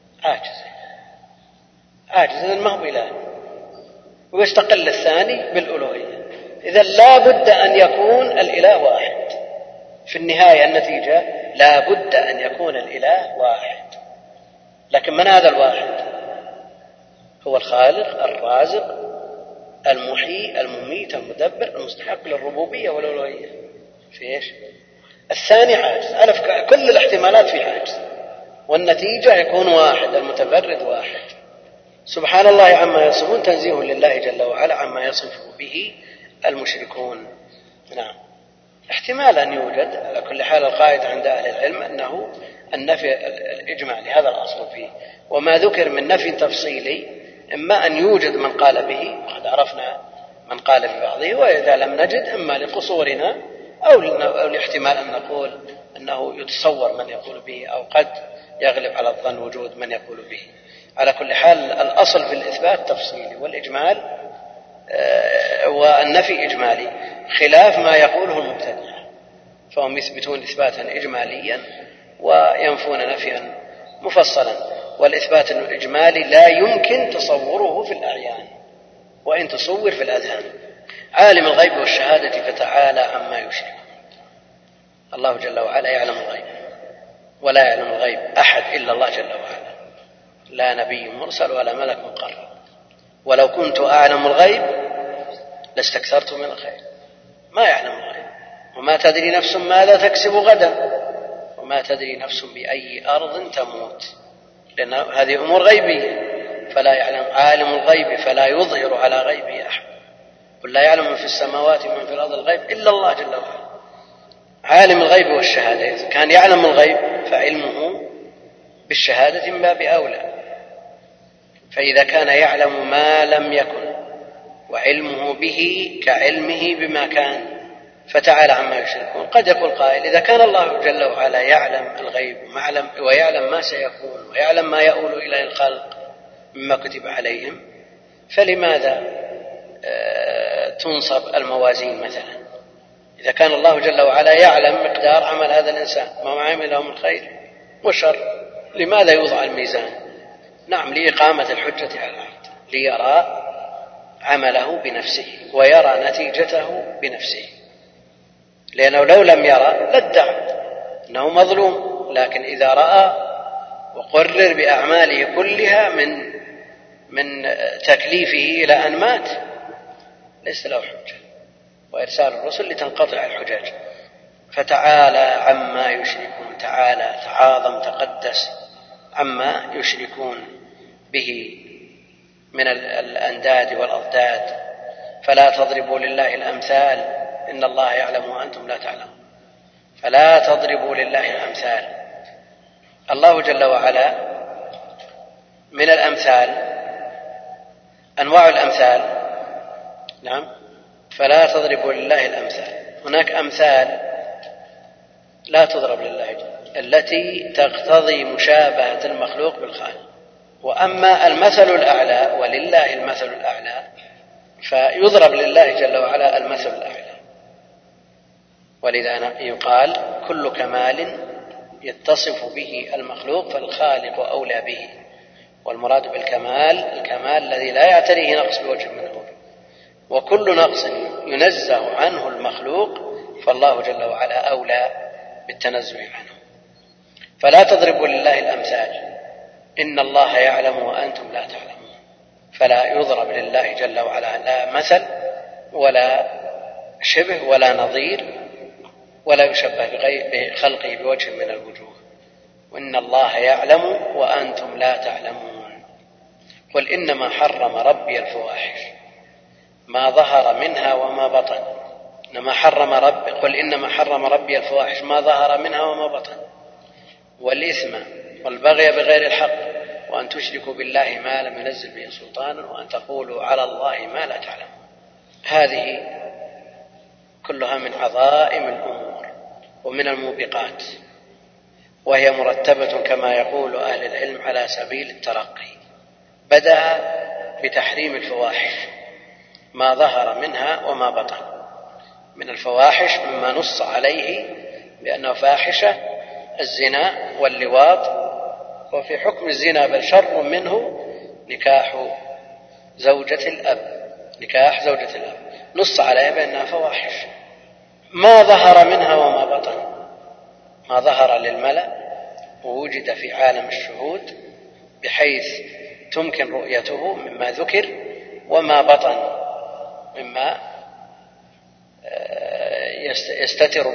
عاجز ما هو إله. ويستقل الثاني بالألوهية. إذا لا بد أن يكون الإله واحد في النهاية، النتيجة لا بد أن يكون الإله واحد. لكن من هذا الواحد؟ هو الخالق الرازق المحيي المميت المدبر المستحق للربوبية والألوهية. في إيش؟ الثاني عاجز، ألف كل الاحتمالات في عاجز، والنتيجة يكون واحد، المتفرد واحد. سبحان الله عما يصفون، تنزيه لله جل وعلا عما يصف به المشركون. نعم، احتمال أن يوجد. على كل حال القاعدة عند أهل العلم أنه النفي الإجمالي هذا الأصل فيه، وما ذكر من نفي تفصيلي إما أن يوجد من قال به وقد عرفنا من قال ببعضه، وإذا لم نجد إما لقصورنا أو لاحتمال أن نقول أنه يتصور من يقول به، أو قد يغلب على الظن وجود من يقول به. على كل حال الأصل في الإثبات تفصيلي، والإجمال والنفي إجمالي، خلاف ما يقوله المبتدعة، فهم يثبتون إثباتا إجماليا وينفون نفيا مفصلا. والإثبات الإجمالي لا يمكن تصوره في الأعيان، وإن تصور في الأذهان. عالم الغيب والشهادة فتعالى عما يشركون. الله جل وعلا يعلم الغيب، ولا يعلم الغيب أحد إلا الله جل وعلا، لا نبي مرسل ولا ملك مقرب. ولو كنت أعلم الغيب لاستكثرت من الخير. ما يعلم الغيب. وما تدري نفس ماذا تكسب غدا، وما تدري نفس بأي أرض تموت، لأن هذه أمور غيبية. فلا يعلم عالم الغيب فلا يظهر على غيبه أحد. قل لا يعلم من في السماوات ومن في الأرض الغيب إلا الله جل وعلا. عالم الغيب والشهادة، إذا كان يعلم الغيب فعلمه بالشهادة من باب أولى. فإذا كان يعلم ما لم يكن وعلمه به كعلمه بما كان فتعالى عما يشركون. قد يقول قائل: إذا كان الله جل وعلا يعلم الغيب ويعلم ما سيكون ويعلم ما يؤول إلى الخلق مما كتب عليهم، فلماذا تنصب الموازين مثلا؟ إذا كان الله جل وعلا يعلم مقدار عمل هذا الإنسان ما عمله من خير وشر، لماذا يوضع الميزان؟ نعم، لإقامة الحجة على العبد، ليرى عمله بنفسه ويرى نتيجته بنفسه. لأنه لو لم يرى لادعى أنه مظلوم، لكن إذا رأى وقرر بأعماله كلها من تكليفه إلى أن مات ليس له حجة. وإرسال الرسل لتنقطع الحجاج. فتعالى عما يشركون، تعالى تعاظم تقدس عما يشركون به من الأنداد والأضداد. فلا تضربوا لله الأمثال إن الله يعلم وأنتم لا تعلمون. فلا تضربوا لله الأمثال. الله جل وعلا من الأمثال أنواع الأمثال. نعم، فلا تضربوا لله الأمثال. هناك أمثال لا تضرب لله التي تقتضي مشابهة المخلوق بالخالق. وأما المثل الأعلى ولله المثل الأعلى فيضرب لله جل وعلا المثل الأعلى. ولذا يقال: كل كمال يتصف به المخلوق فالخالق أولى به. والمراد بالكمال الكمال الذي لا يعتريه نقص بوجه من الوجوه، وكل نقص ينزه عنه المخلوق فالله جل وعلا أولى بالتنزه عنه. فلا تضربوا لله الأمثال إن الله يعلم وأنتم لا تعلمون. فلا يضرب لله جل وعلا لا مثل ولا شبه ولا نظير، ولا يشبه بخلقه بوجه من الوجوه. وإن الله يعلم وأنتم لا تعلمون. قل إنما حرم ربي الفواحش ما ظهر منها وما بطن. قل إنما حرم ربي الفواحش ما ظهر منها وما بطن، والإثم والبغي بغير الحق، وأن تشركوا بالله ما لم ينزل به سلطانا، وأن تقولوا على الله ما لا تعلمون. هذه كلها من عظائم الأمور ومن الموبقات، وهي مرتبة كما يقول أهل العلم على سبيل الترقي. بدأ بتحريم الفواحش ما ظهر منها وما بطن. من الفواحش مما نص عليه بأنه فاحشة الزنا واللواط، وفي حكم الزنا بل شر منه نكاح زوجة الأب. نص عليها بأنها فواحش ما ظهر منها وما بطن. ما ظهر للملأ ووجد في عالم الشهود بحيث تمكن رؤيته مما ذكر، وما بطن مما يستتر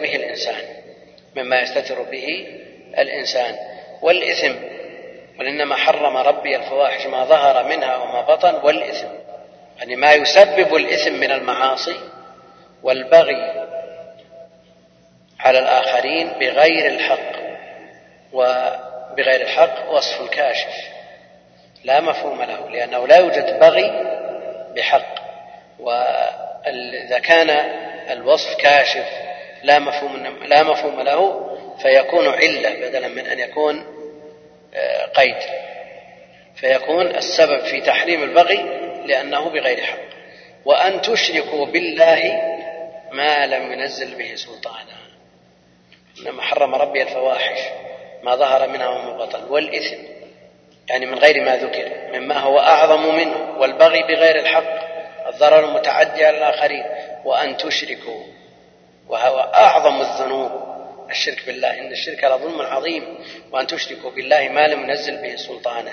به الإنسان. والإثم، وإنما حرم ربي الفواحش ما ظهر منها وما بطن، والإثم يعني ما يسبب الإثم من المعاصي والبغي على الآخرين بغير الحق. وبغير الحق وصف كاشف لا مفهوم له، لأنه لا يوجد بغي بحق. وإذا كان الوصف كاشف لا مفهوم له فيكون علة بدلا من أن يكون قيد، فيكون السبب في تحريم البغي لأنه بغير حق. وأن تشركوا بالله ما لم ينزل به سلطانا. إنما حرم ربي الفواحش ما ظهر منها وما بطن، والإثم يعني من غير ما ذكر مما هو أعظم منه، والبغي بغير الحق الضرر المتعدي على الآخرين. وأن تشركوا، وهو أعظم الذنوب الشرك بالله، إن الشرك لظلم عظيم. وأن تشركوا بالله ما لم ينزل به سلطانا.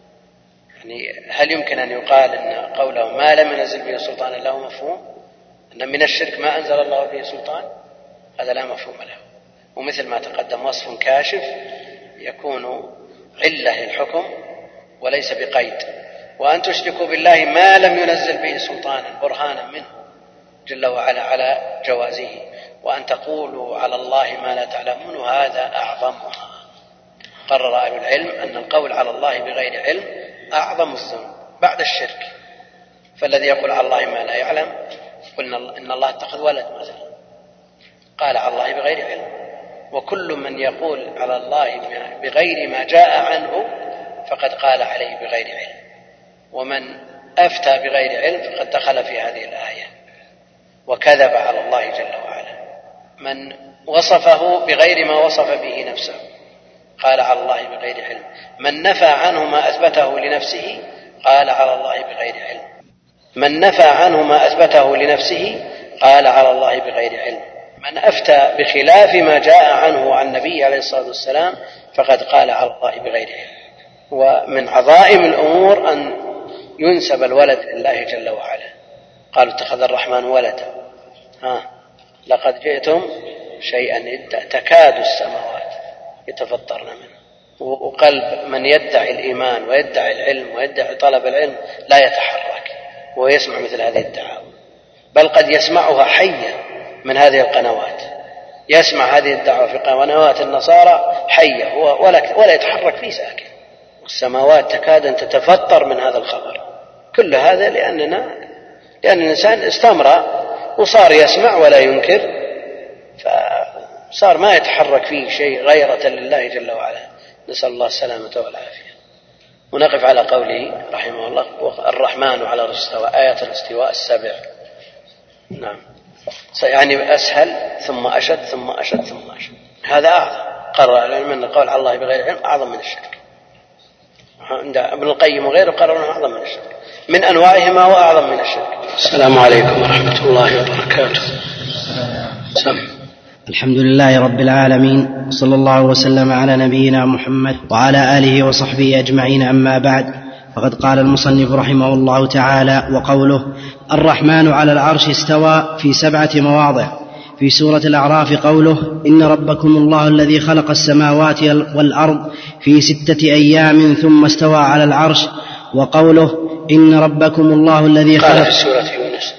يعني هل يمكن أن يقال أن قوله ما لم ينزل به سلطانا له مفهوم؟ أن من الشرك ما أنزل الله به سلطان؟ هذا لا مفهوم له. ومثل ما تقدم وصف كاشف يكون علة للحكم وليس بقيد. وأن تشركوا بالله ما لم ينزل به سلطانا برهانا منه جل وعلا على جوازه. وأن تقولوا على الله ما لا تعلمون، وهذا أعظمها. قرر أهل العلم أن القول على الله بغير علم أعظم الذنوب بعد الشرك. فالذي يقول على الله ما لا يعلم، قلنا إن الله اتخذ ولد مثلا، قال على الله بغير علم. وكل من يقول على الله بغير ما جاء عنه فقد قال عليه بغير علم. ومن أفتى بغير علم فقد دخل في هذه الآية وكذب على الله جل وعلا. من وصفه بغير ما وصف به نفسه قال على الله بغير علم. من نفى عنه ما أثبته لنفسه قال على الله بغير علم. من نفى عنه ما أثبته لنفسه قال على الله بغير علم. من أفتى بخلاف ما جاء عنه عن النبي عليه الصلاة والسلام فقد قال على الله بغير علم. ومن عظائم الأمور أن ينسب الولد لله جل وعلا. قالوا اتخذ الرحمن ولدا، لقد جئتم شيئا إدا، تكاد السماوات يتفطرن منه. وقلب من يدعي الإيمان ويدعي العلم ويدعي طلب العلم لا يتحرك ويسمع مثل هذه الدعاوى، بل قد يسمعها حيا من هذه القنوات. يسمع هذه الدعوة في قنوات النصارى حية ولا يتحرك في ساكن. السماوات تكاد أن تتفطر من هذا الخبر. كل هذا لأن الإنسان استمر وصار يسمع ولا ينكر، فصار ما يتحرك فيه شيء غيرة لله جل وعلا. نسأل الله السلامة والعافية. ونقف على قوله رحمه الله الرحمن على الاستواء، آية الاستواء 7. نعم، يعني أسهل ثم أشد ثم أشد ثم أشد. هذا أعظم. قرر العلم أن القول على الله بغير علم أعظم من الشرك. عند ابن القيم وغيره قرر أنه أعظم من الشرك، من أنواعهما وأعظم من الشرك. السلام عليكم ورحمة الله وبركاته. الحمد لله رب العالمين، صلى الله وسلم على نبينا محمد وعلى آله وصحبه أجمعين. أما بعد، وقد قال المصنف رحمه الله تعالى: وقوله الرحمن على العرش استوى في 7 مواضع. في سورة الأعراف قوله: إن ربكم الله الذي خلق السماوات والأرض في 6 أيام ثم استوى على العرش. وقوله: إن ربكم الله الذي خلق. في سورة يونس.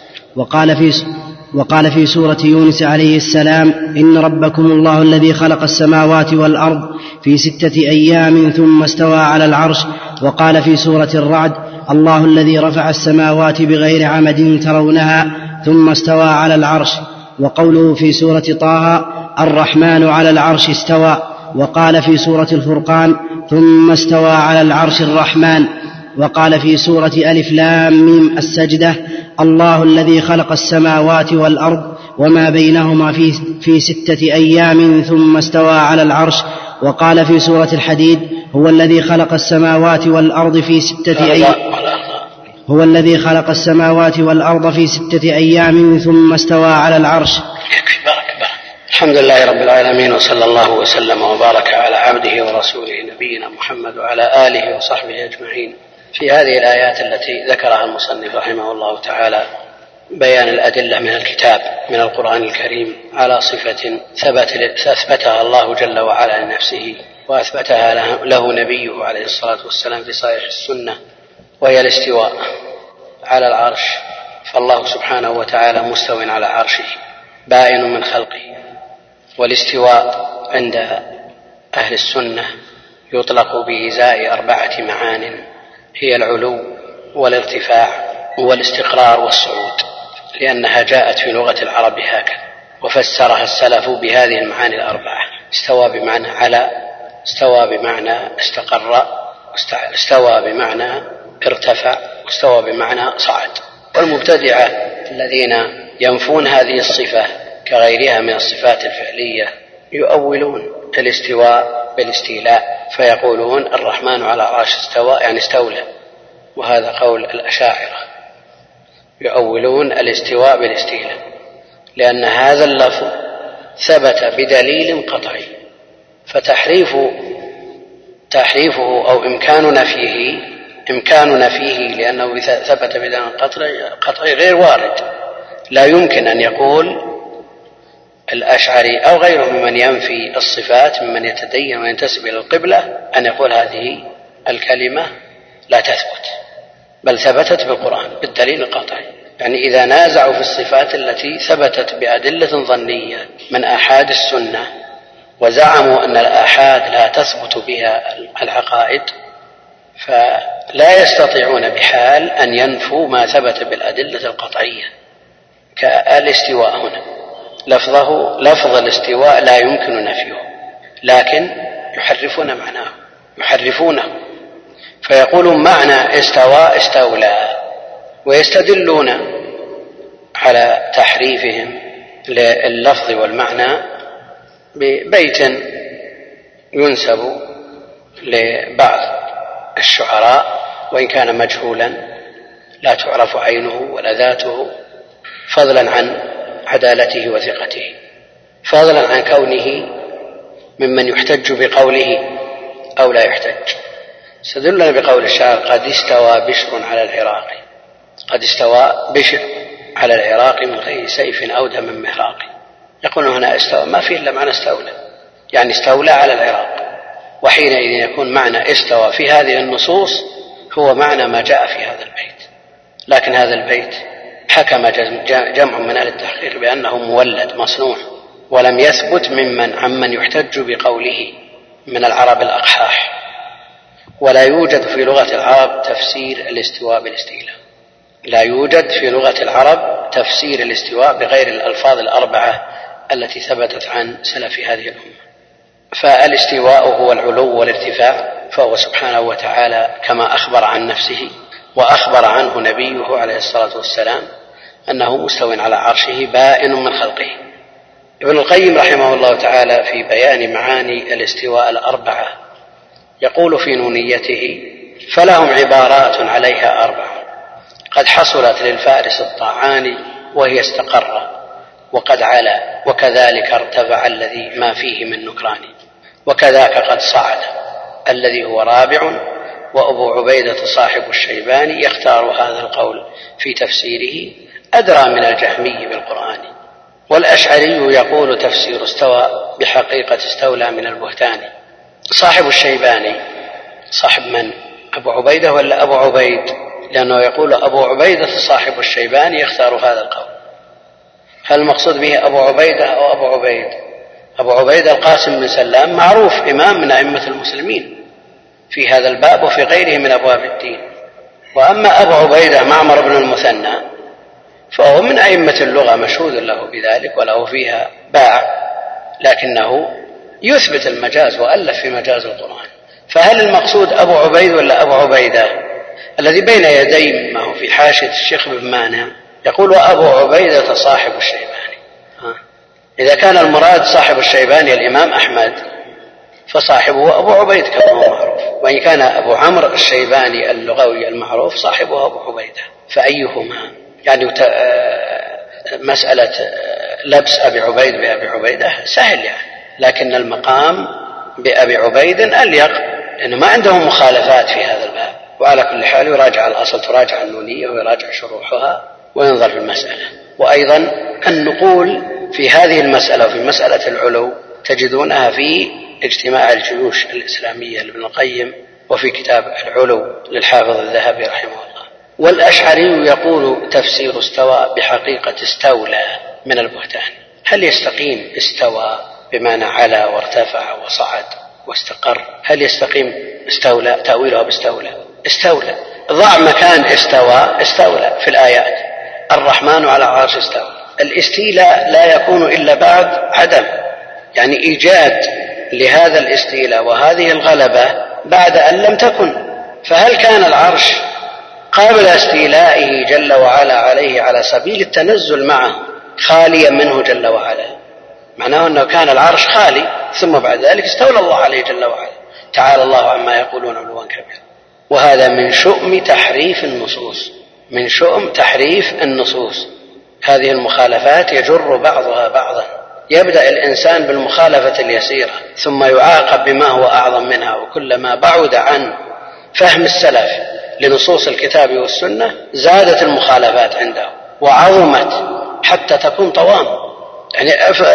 وقال في سورة يونس عليه السلام: إن ربكم الله الذي خلق السماوات والأرض في 6 أيام ثم استوى على العرش. وقال في سورة الرعد: الله الذي رفع السماوات بغير عمد ترونها ثم استوى على العرش. وقوله في سورة طه: الرحمن على العرش استوى. وقال في سورة الفرقان: ثم استوى على العرش الرحمن. وقال في سورة ألف لام ميم السجدة: الله الذي خلق السماوات والأرض وما بينهما في 6 أيام ثم استوى على العرش. وقال في سورة الحديد: هو الذي خلق السماوات والأرض في 6 أيام هو الذي خلق السماوات والأرض في 6 أيام ثم استوى على العرش. الحمد لله رب العالمين، وصلى الله وسلم وبارك على عبده ورسوله نبينا محمد وعلى آله وصحبه أجمعين. في هذه الآيات التي ذكرها المصنف رحمه الله تعالى بيان الأدلة من الكتاب من القرآن الكريم على صفة أثبتها الله جل وعلا لنفسه وأثبتها له نبيه عليه الصلاة والسلام في صحيح السنة، وهي الاستواء على العرش. فالله سبحانه وتعالى مستو على عرشه بائن من خلقه. والاستواء عند أهل السنة يطلق بإزاء 4 معان، هي العلو والارتفاع والاستقرار والصعود، لأنها جاءت في لغة العرب هكذا، وفسرها السلف بهذه المعاني 4. استوى بمعنى على، استوى بمعنى استقر، استوى بمعنى ارتفع، واستوى بمعنى صعد. والمبتدعة الذين ينفون هذه الصفة كغيرها من الصفات الفعلية يؤولون الاستواء بالاستيلاء، فيقولون الرحمن على العرش استوى يعني استولى، وهذا قول الأشاعرة، يؤولون الاستواء بالاستيلاء، لأن هذا اللفظ ثبت بدليل قطعي، فتحريفه أو إمكان نفيه لأنه ثبت بدليل قطعي غير وارد. لا يمكن أن يقول الأشعري أو غيره ممن ينفي الصفات ممن يتدين وينتسب إلى القبلة أن يقول هذه الكلمة لا تثبت، بل ثبتت بالقرآن بالدليل القطعي. يعني إذا نازعوا في الصفات التي ثبتت بأدلة ظنية من آحاد السنة وزعموا أن الآحاد لا تثبت بها العقائد، فلا يستطيعون بحال أن ينفوا ما ثبت بالأدلة القطعية كالاستواء. هنا لفظ الاستواء لا يمكن نفيه، لكن يحرفون معناه، يحرفونه، فيقولون معنى استوى استولى، ويستدلون على تحريفهم لللفظ والمعنى ببيت ينسب لبعض الشعراء وإن كان مجهولا لا تعرف عينه ولا ذاته، فضلا عن عدالته وثقته، فضلا عن كونه ممن يحتج بقوله أو لا يحتج. استدلنا بقول الشاعر: قد استوى بشر على العراق، قد استوى بشر على العراق من غير سيف أو دم مهراق. يقولون هنا استوى ما فيه إلا معنى استولى، يعني استولى على العراق، وحينئذ يكون معنى استوى في هذه النصوص هو معنى ما جاء في هذا البيت. لكن هذا البيت حكم جمع من أهل التحقيق بأنه مولد مصنوع، ولم يثبت عمن يحتج بقوله من العرب الأقحاح، ولا يوجد في لغة العرب تفسير الاستواء بالاستيلاء، لا يوجد في لغة العرب تفسير الاستواء بغير الألفاظ 4 التي ثبتت عن سلف هذه الأمة. فالاستواء هو العلو والارتفاع، فهو سبحانه وتعالى كما أخبر عن نفسه وأخبر عنه نبيه عليه الصلاة والسلام أنه مستو على عرشه بائن من خلقه. ابن القيم رحمه الله تعالى في بيان معاني الاستواء 4 يقول في نونيته: فلهم عبارات عليها 4 قد حصلت للفارس الطاعان وهي استقر وقد علا، وكذلك ارتفع الذي ما فيه من نكران، وكذاك قد صعد الذي هو رابع، وأبو عبيدة صاحب الشيباني يختار هذا القول في تفسيره أدرى من الجهمي بالقرآن. والأشعري يقول تفسير استوى بحقيقة استولى من البهتان. صاحب الشيباني صاحب من؟ أبو عبيدة ولا أبو عبيد؟ لأنه يقول أبو عبيدة صاحب الشيباني يختار هذا القول. هل المقصود به أبو عبيدة أو أبو عبيد؟ أبو عبيدة القاسم بن سلام معروف إمام من أئمة المسلمين في هذا الباب وفي غيره من أبواب الدين. وأما أبو عبيدة معمر بن المثنى فهو من أئمة اللغة مشهود له بذلك وله فيها باع، لكنه يثبت المجاز وألف في مجاز القرآن. فهل المقصود أبو عبيد ولا أبو عبيدة؟ الذي بين يدي ما هو في حاشية الشيخ ابن مانع يقول وأبو عبيدة صاحب الشيباني. إذا كان المراد صاحب الشيباني الإمام أحمد فصاحبه أبو عبيد كما هو معروف، وإن كان أبو عمرو الشيباني اللغوي المعروف صاحبه أبو عبيدة، فأيهما؟ يعني مسألة لبس أبي عبيد بأبي عبيدة سهل يعني، لكن المقام بأبي عبيد أليق لأنه ما عندهم مخالفات في هذا الباب. وعلى كل حال يراجع الأصل، تراجع النونية ويراجع شروحها وينظر في المسألة. وأيضا النقول في هذه المسألة وفي مسألة العلو تجدونها في اجتماع الجيوش الإسلامية لابن القيم وفي كتاب العلو للحافظ الذهبي رحمه الله. والأشعري يقول تفسير استوى بحقيقة استولى من البهتان. هل يستقيم استوى بمعنى علا وارتفع وصعد واستقر؟ هل يستقيم استولى تأويلها باستولى؟ استولى ضع مكان استولى في الآيات. الرحمن على عرش استوى. الاستيلاء لا يكون إلا بعد عدم، يعني إيجاد لهذا الاستيلاء وهذه الغلبة بعد أن لم تكن. فهل كان العرش قبل استيلائه جل وعلا عليه على سبيل التنزل معه خاليا منه جل وعلا؟ معناه أنه كان العرش خالي ثم بعد ذلك استولى الله عليه جل وعلا. تعالى الله عما يقولون علوا كبيرا. وهذا من شؤم تحريف النصوص، من شؤم تحريف النصوص. هذه المخالفات يجر بعضها بعضا. يبدأ الإنسان بالمخالفة اليسيرة ثم يعاقب بما هو أعظم منها، وكلما بعد عن فهم السلف لنصوص الكتاب والسنة زادت المخالفات عنده وعظمت حتى تكون طوام. يعني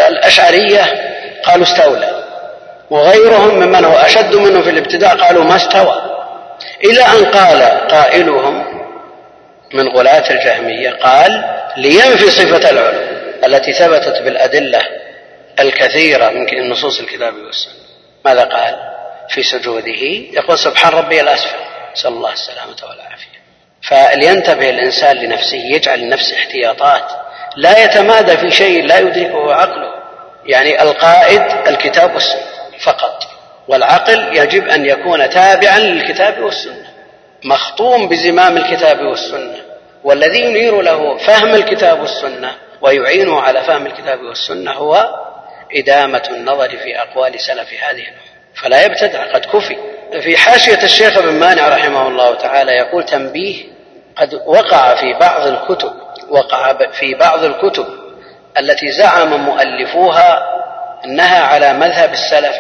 الأشعرية قالوا استولى، وغيرهم ممن هو أشد منه في الابتداع قالوا ما استوى، إلى أن قال قائلهم من غلاة الجهمية قال لينفي صفة العلو التي ثبتت بالأدلة الكثيرة من نصوص الكتاب والسنة. ماذا قال في سجوده؟ يقول سبحان ربي الأسفل، نسأل الله السلامة والعافية. فلينتبه الإنسان لنفسه، يجعل لنفسه احتياطات، لا يتمادى في شيء لا يدركه عقله. يعني القائد الكتاب والسنة فقط، والعقل يجب أن يكون تابعا للكتاب والسنة مخطوم بزمام الكتاب والسنة، والذي ينير له فهم الكتاب والسنة ويعينه على فهم الكتاب والسنة هو إدامة النظر في أقوال سلف هذه الأمة، فلا يبتدع. قد كفي. في حاشية الشيخ ابن مانع رحمه الله تعالى يقول تنبيه: قد وقع في بعض الكتب التي زعم مؤلفوها أنها على مذهب السلف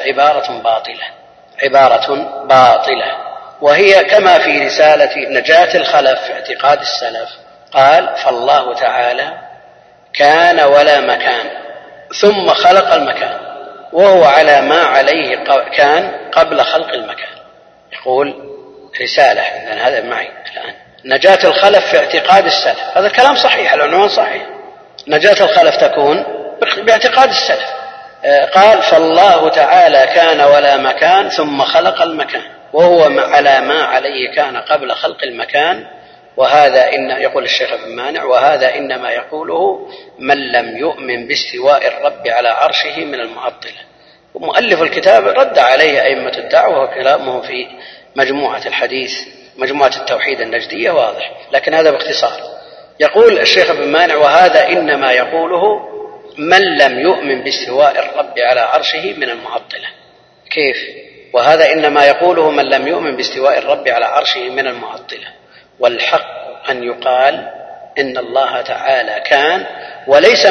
عبارة باطلة، وهي كما في رسالة نجاة الخلف في اعتقاد السلف قال: فالله تعالى كان ولا مكان ثم خلق المكان وهو على ما عليه كان قبل خلق المكان. يقول رسالة عندنا هذا معي الآن، نجاة الخلف في اعتقاد السلف. هذا الكلام صحيح، العنوان صحيح، نجاة الخلف تكون باعتقاد السلف. قال: فالله تعالى كان ولا مكان ثم خلق المكان وهو على ما عليه كان قبل خلق المكان. وهذا يقول الشيخ ابن مانع: وهذا إنما يقوله من لم يؤمن باستواء الرب على عرشه من المعطلة. ومؤلف الكتاب رد عليه أئمة الدعوة وكلامه في مجموعة الحديث، مجموعة التوحيد النجدية واضح، لكن هذا باختصار. يقول الشيخ ابن مانع: وهذا إنما يقوله من لم يؤمن باستواء الرب على عرشه من المعطلة. كيف؟ وهذا إنما يقوله من لم يؤمن باستواء الرب على عرشه من المعطلة. والحق أن يقال إن الله تعالى كان وليس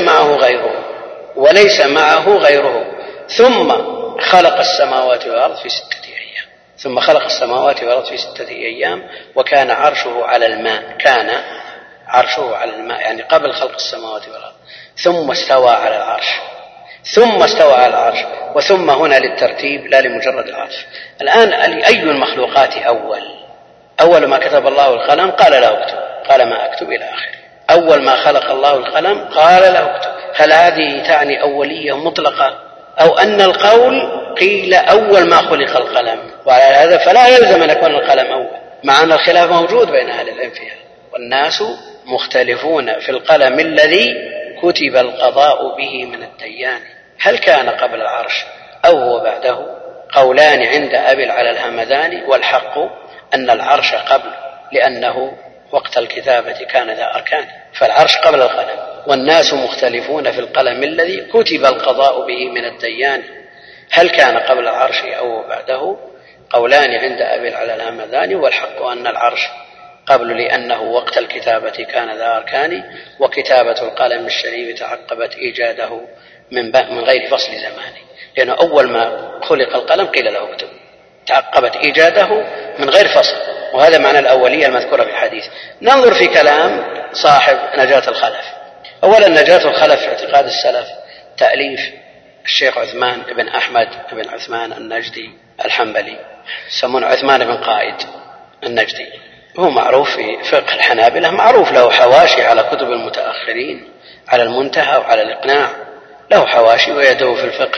معه غيره ثم خلق السماوات والأرض في 6 أيام. ثم خلق السماوات والأرض في 6 أيام وكان عرشه على الماء. كان عرشه على الماء يعني قبل خلق السماوات والأرض. ثم استوى على العرش. ثم استوى على العرش. وثم هنا للترتيب لا لمجرد العرش. الآن أي المخلوقات أول ما كتب الله القلم قال له اكتب، قال ما أكتب إلى آخر. أول ما خلق الله القلم قال له اكتب. هل هذه تعني أولية مطلقة أو أن القول قيل أول ما خلق القلم؟ وعلى هذا فلا يلزم أن يكون القلم أول، مع أن الخلاف موجود بين أهل العلم فيها. والناس مختلفون في القلم الذي كتب القضاء به من الديان، هل كان قبل العرش أو هو بعده؟ قولان عند أبي العلا الهمداني، والحق أن العرش قبل، لأنه وقت الكتابة كان ذا أركان، فالعرش قبل القلم. والناس مختلفون في القلم الذي كتب القضاء به من الديان، هل كان قبل العرش أو بعده؟ قولان عند أبي العلا الهمداني، والحق أن العرش قبل، لأنه وقت الكتابة كان ذا أركان، وكتابة القلم الشريف تعقبت إيجاده من غير فصل زماني، لأنه أول ما خلق القلم قيل له اكتب، تعقبت إيجاده من غير فصل، وهذا معنى الأولية المذكورة في الحديث. ننظر في كلام صاحب نجاة الخلف. أولا نجاة الخلف في اعتقاد السلف تأليف الشيخ عثمان بن أحمد بن عثمان النجدي الحنبلي، يسمونه عثمان بن قائد النجدي. هو معروف في فقه الحنابلة، معروف له حواشي على كتب المتأخرين، على المنتهى وعلى الإقناع، له حواشي ويده في الفقه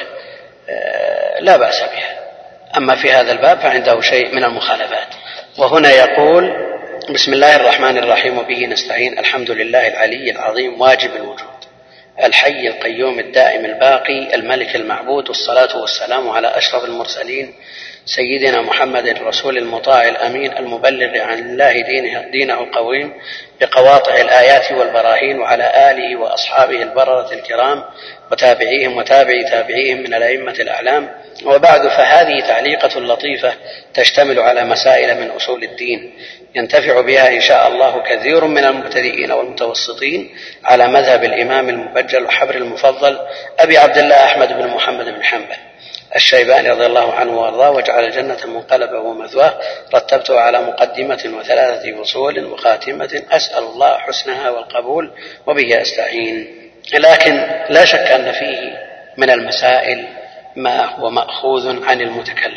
لا بأس بها. أما في هذا الباب فعنده شيء من المخالفات. وهنا يقول: بسم الله الرحمن الرحيم وبه نستعين، الحمد لله العلي العظيم واجب الوجود الحي القيوم الدائم الباقي الملك المعبود، والصلاة والسلام على أشرف المرسلين سيدنا محمد الرسول المطاع الأمين المبلغ عن الله دينه القويم بقواطع الآيات والبراهين، وعلى آله وأصحابه البررة الكرام وتابعيهم وتابعي تابعيهم من الأئمة الأعلام. وبعد، فهذه تعليقة لطيفة تشتمل على مسائل من أصول الدين ينتفع بها إن شاء الله كثير من المبتدئين والمتوسطين على مذهب الإمام المبجل وحبر المفضل أبي عبد الله أحمد بن محمد بن حنبل الشيباني رضي الله عنه وارضاه، وجعل الجنة منقلبه ومثواه. رتبته على مقدمة و3 فصول وخاتمة، أسأل الله حسنها والقبول وبه أستعين. لكن لا شك أن فيه من المسائل ما هو مأخوذ عن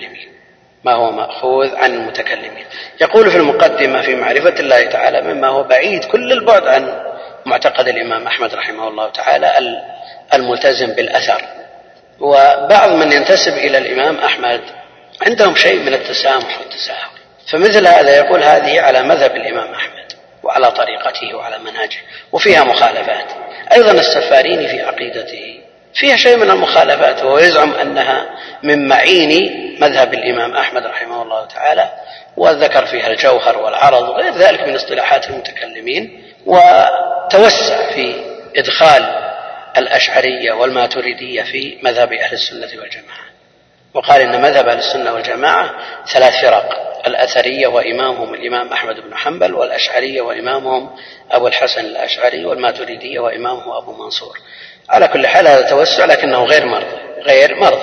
المتكلمين. يقول في المقدمة: في معرفة الله تعالى مما هو بعيد كل البعد عن معتقد الإمام أحمد رحمه الله تعالى الملتزم بالأثر. وبعض من ينتسب إلى الإمام أحمد عندهم شيء من التسامح والتساهل، فمثل هذا يقول هذه على مذهب الإمام أحمد وعلى طريقته وعلى منهجه، وفيها مخالفات. أيضا السفاريني في عقيدته فيها شيء من المخالفات، وهو يزعم أنها من معين مذهب الإمام أحمد رحمه الله تعالى، وذكر فيها الجوهر والعرض وغير ذلك من اصطلاحات المتكلمين، وتوسع في إدخال الأشعرية والماتريدية في مذهب أهل السنة والجماعة، وقال إن مذهب أهل السنة والجماعة 3 فرق: الأثرية وإمامهم الإمام أحمد بن حنبل، والأشعرية وإمامهم أبو الحسن الأشعري، والماتريدية وإمامهم أبو منصور. على كل حال هذا توسع لكنه غير مرضي.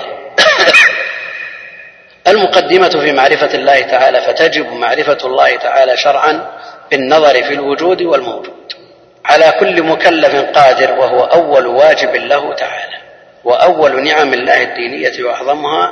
المقدمة في معرفة الله تعالى: فتجب معرفة الله تعالى شرعا بالنظر في الوجود والموجود على كل مكلف قادر، وهو أول واجب له تعالى، وأول نعم الله الدينية وأعظمها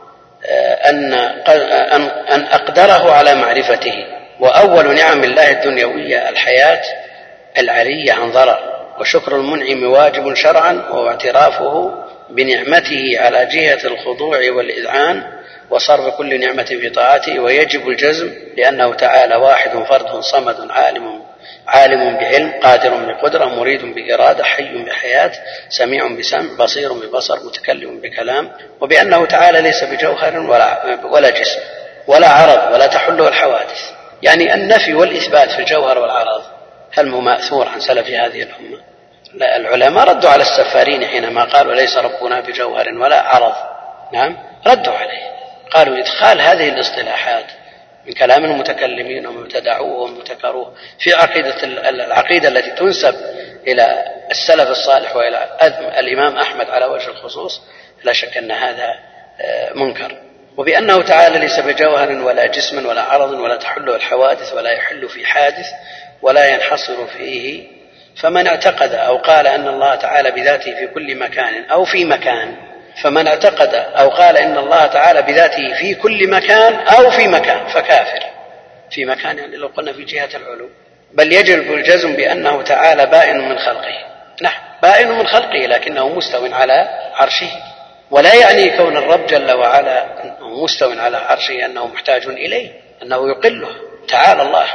أن أقدره على معرفته، وأول نعم الله الدنيوية الحياة العرية عن ضرر، وشكر المنعم واجب شرعا، واعترافه بنعمته على جهة الخضوع والإذعان وصرف كل نعمة في طاعته، ويجب الجزم لأنه تعالى واحد فرد صمد عالم بعلم، قادر بقدرة، مريد بإرادة، حي بحياة، سميع بسمع، بصير ببصر، متكلم بكلام، وبأنه تعالى ليس بجوهر ولا جسم ولا عرض ولا تحله الحوادث. يعني النفي والإثبات في الجوهر والعرض هل مأثور عن سلف هذه الأمة؟ لا، العلماء ردوا على السفارين حينما قالوا ليس ربنا بجوهر ولا عرض. نعم، ردوا عليه، قالوا إدخال هذه الاصطلاحات من كلام المتكلمين ومبتدعوه ومبتكروه في العقيدة التي تنسب إلى السلف الصالح وإلى الإمام أحمد على وجه الخصوص، لا شك أن هذا منكر. وبأنه تعالى ليس بجوهر ولا جسم ولا عرض ولا تحله الحوادث ولا يحل في حادث ولا ينحصر فيه. فمن اعتقد أو قال أن الله تعالى بذاته في كل مكان أو في مكان، فمن اعتقد أو قال إن الله تعالى بذاته في كل مكان أو في مكان فكافر. في مكان يعني لو قلنا في جهة العلو، بل يجب الجزم بأنه تعالى بائن من خلقه. نعم بائن من خلقه لكنه مستو على عرشه، ولا يعني كون الرب جل وعلا أنه مستو على عرشه أنه محتاج إليه، أنه يقله تعالى الله.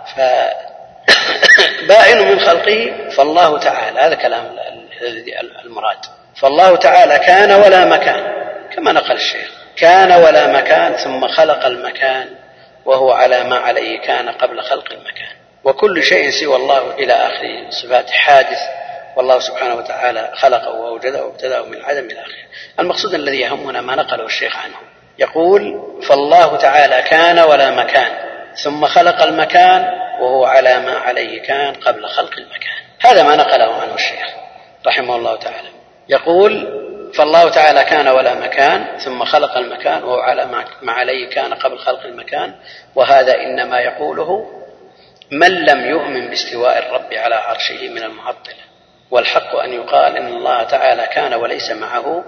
بائن من خلقه فالله تعالى، هذا كلام المراد. فالله تعالى كان ولا مكان كما نقل الشيخ، كان ولا مكان ثم خلق المكان وهو على ما عليه كان قبل خلق المكان. وكل شيء سوى الله إلى آخر صفات حادث، والله سبحانه وتعالى خلقه ووجده وابتدأه من العدم إلى آخره. المقصود الذي يهمنا ما نقله الشيخ عنه، يقول فالله تعالى كان ولا مكان ثم خلق المكان وهو على ما عليه كان قبل خلق المكان. هذا ما نقله عنه الشيخ رحمه الله تعالى. يقول فالله تعالى كان ولا مكان ثم خلق المكان وهو على ما عليه كان قبل خلق المكان. وهذا إنما يقوله من لم يؤمن باستواء الرب على عرشه من المعطلة. والحق أن يقال إن الله تعالى كان وليس معه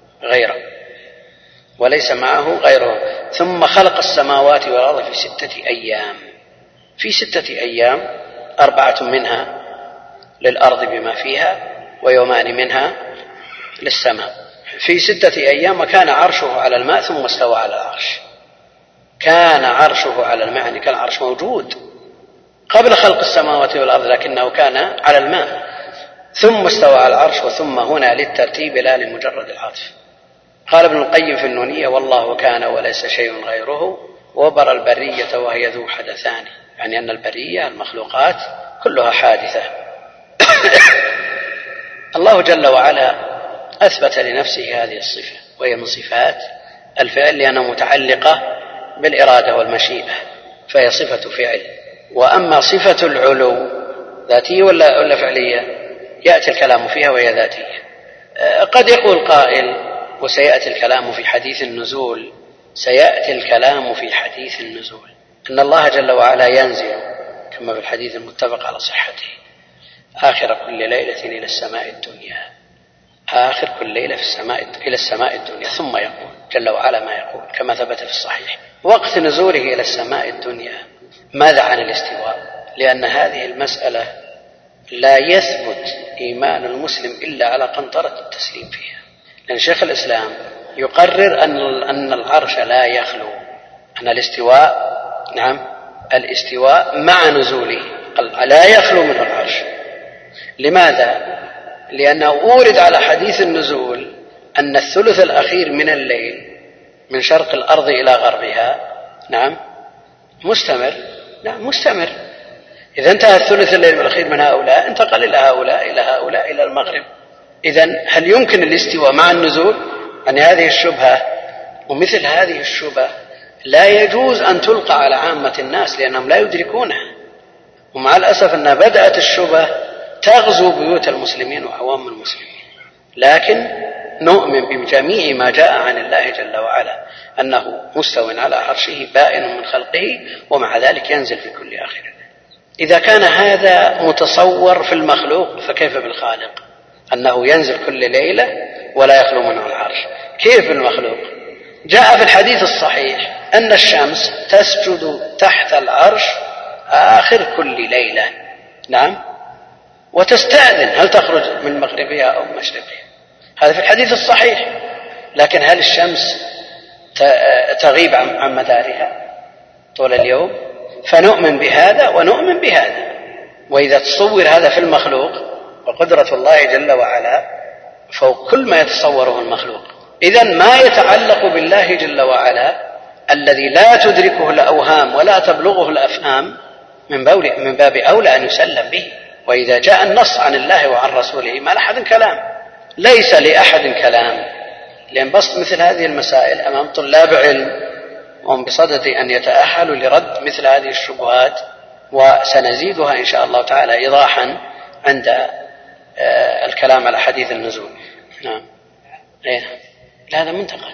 غيره ثم خلق السماوات والأرض في 6 أيام. في 6 أيام 4 منها للأرض بما فيها ويومان منها للسماء. في 6 أيام وكان عرشه على الماء ثم استوى على العرش. كان عرشه على الماء يعني كان العرش موجود قبل خلق السماوات والأرض لكنه كان على الماء، ثم استوى على العرش. وثم هنا للترتيب لا لمجرد العطف. قال ابن القيم في النونية والله كان وليس شيء غيره وبر البرية وهي ذو حدثان، يعني أن البرية المخلوقات كلها حادثة. الله جل وعلا أثبت لنفسه هذه الصفة وهي من صفات الفعل لأنها متعلقة بالإرادة والمشيئة فهي صفة فعل. وأما صفة العلو ذاتية ولا فعلية يأتي الكلام فيها وهي ذاتية. قد يقول قائل وسيأتي الكلام في حديث النزول، سيأتي الكلام في حديث النزول أن الله جل وعلا ينزل كما في الحديث المتفق على صحته آخر كل ليلة إلى السماء الدنيا، آخر كل ليلة إلى السماء الدنيا، ثم يقول جل وعلا ما يقول كما ثبت في الصحيح. وقت نزوله إلى السماء الدنيا ماذا عن الاستواء؟ لأن هذه المسألة لا يثبت إيمان المسلم إلا على قنطرة التسليم فيها. لأن شيخ الإسلام يقرر أن العرش لا يخلو، أن الاستواء الاستواء مع نزوله لا يخلو منه العرش. لماذا؟ لأنه أورد على حديث النزول أن الثلث الأخير من الليل من شرق الأرض إلى غربها مستمر. إذا انتهى الثلث الليل الأخير من هؤلاء انتقل إلى هؤلاء إلى المغرب. إذن هل يمكن الاستواء مع النزول؟ أن هذه الشبهة ومثل هذه الشبهة لا يجوز أن تلقى على عامة الناس لأنهم لا يدركونها. ومع الأسف أن بدأت الشبهة تغزو بيوت المسلمين وعوام المسلمين. لكن نؤمن بجميع ما جاء عن الله جل وعلا أنه مستو على عرشه بائن من خلقه ومع ذلك ينزل في كل آخر. إذا كان هذا متصور في المخلوق فكيف بالخالق أنه ينزل كل ليلة ولا يخلو منه العرش؟ كيف المخلوق؟ جاء في الحديث الصحيح أن الشمس تسجد تحت العرش آخر كل ليلة وتستأذن هل تخرج من مغربها أو مشرقها. هذا في الحديث الصحيح. لكن هل الشمس تغيب عن مدارها طول اليوم؟ فنؤمن بهذا ونؤمن بهذا. وإذا تصور هذا في المخلوق وقدرة الله جل وعلا فوق كل ما يتصوره المخلوق. إذن ما يتعلق بالله جل وعلا الذي لا تدركه الأوهام ولا تبلغه الأفهام من باب أولى أن يسلم به. وإذا جاء النص عن الله وعن رسوله ما لأحد كلام، ليس لأحد كلام. لأن بسط مثل هذه المسائل أمام طلاب علم وهم بصدد أن يتأهلوا لرد مثل هذه الشبهات، وسنزيدها إن شاء الله تعالى إيضاحا عند الكلام على حديث النزول. لا هذا منتقد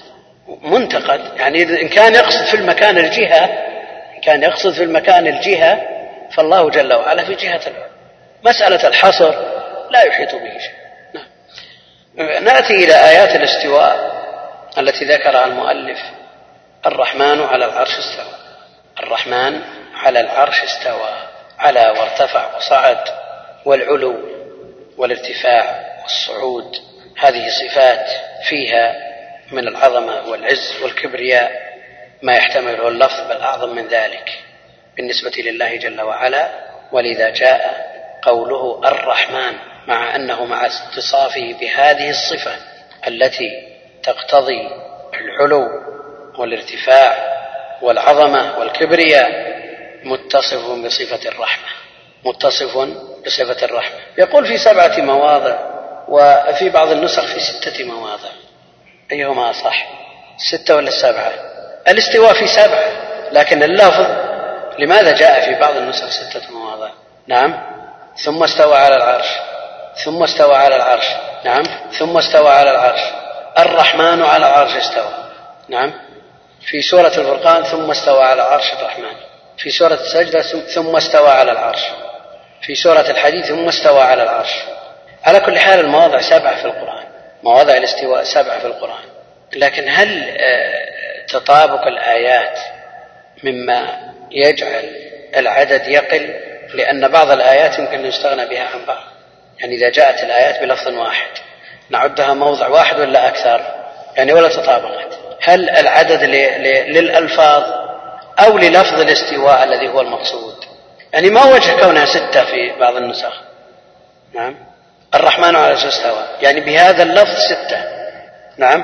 منتقد، يعني إن كان يقصد في المكان الجهة، إن كان يقصد في المكان الجهة فالله جل وعلا في جهة العلو. مسألة الحصر لا يحيط به شيء. نأتي إلى آيات الاستواء التي ذكرها المؤلف. الرحمن على العرش استوى. الرحمن على العرش استوى، على وارتفع وصعد، والعلو والارتفاع والصعود هذه صفات فيها من العظمة والعز والكبرياء ما يحتمله اللفظ، بل أعظم من ذلك بالنسبة لله جل وعلا. ولذا جاء قوله الرحمن، مع أنه مع اتصافه بهذه الصفة التي تقتضي العلو والارتفاع والعظمة والكبرياء، متصف بصفة الرحمة، متصف بصفة الرحمة. يقول في 7 مواضع، وفي بعض النسخ في 6 مواضع. أيهما صح، 6 ولا 7؟ الاستواء في 7، لكن اللفظ لماذا جاء في بعض النسخ 6 مواضع؟ نعم. ثم استوى على العرش، ثم استوى على العرش، نعم، ثم استوى على العرش. الرحمن على العرش استوى، نعم. في سورة الفرقان ثم استوى على العرش الرحمن. في سورة السجدة ثم استوى على العرش. في سورة الحديد ثم استوى على العرش. على كل حال المواضع 7 في القرآن، مواضع الاستواء 7 في القرآن. لكن هل تطابق الآيات مما يجعل العدد يقل؟ لأن بعض الآيات يمكن أن يستغنى بها عن بعض. يعني إذا جاءت الآيات بلفظ واحد نعدها موضع واحد ولا أكثر، يعني ولا تطابقت. هل العدد للألفاظ أو للفظ الاستواء الذي هو المقصود؟ يعني ما وجه كونها 6 في بعض النسخ؟ نعم. الرحمن على العرش استوى، يعني بهذا اللفظ 6. نعم.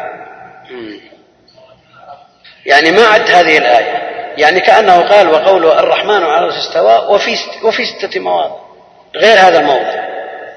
يعني ما عد هذه الآية، يعني كأنه قال وقوله الرحمن على العرش استوى وفي 6 مواضع غير هذا الموضع.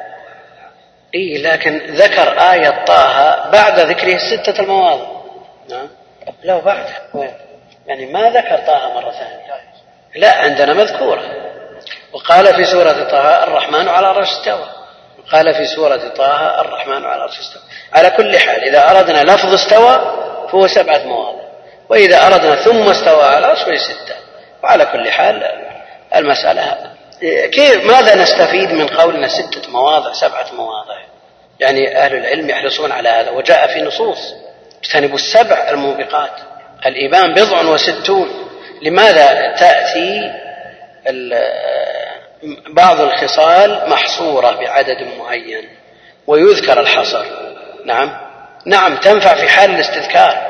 لكن ذكر آية طه بعد ذكره 6 المواضع. نعم. لا بعده، يعني ما ذكر طه مرة ثانية، لا عندنا مذكورة. وقال في سورة طه الرحمن على العرش استوى، وقال في سورة طه الرحمن على العرش استوى. على كل حال إذا أردنا لفظ استوى فهو 7 مواضع، وإذا أردنا ثم استوى على العرش فهي 6. وعلى كل حال المسألة كيف، ماذا نستفيد من قولنا 6 مواضع 7 مواضع؟ يعني أهل العلم يحرصون على هذا، وجاء في نصوص اجتنبوا 7 الموبقات. الإيمان 67. لماذا تأتي بعض الخصال محصورة بعدد معين ويذكر الحصر؟ نعم تنفع في حال الاستذكار.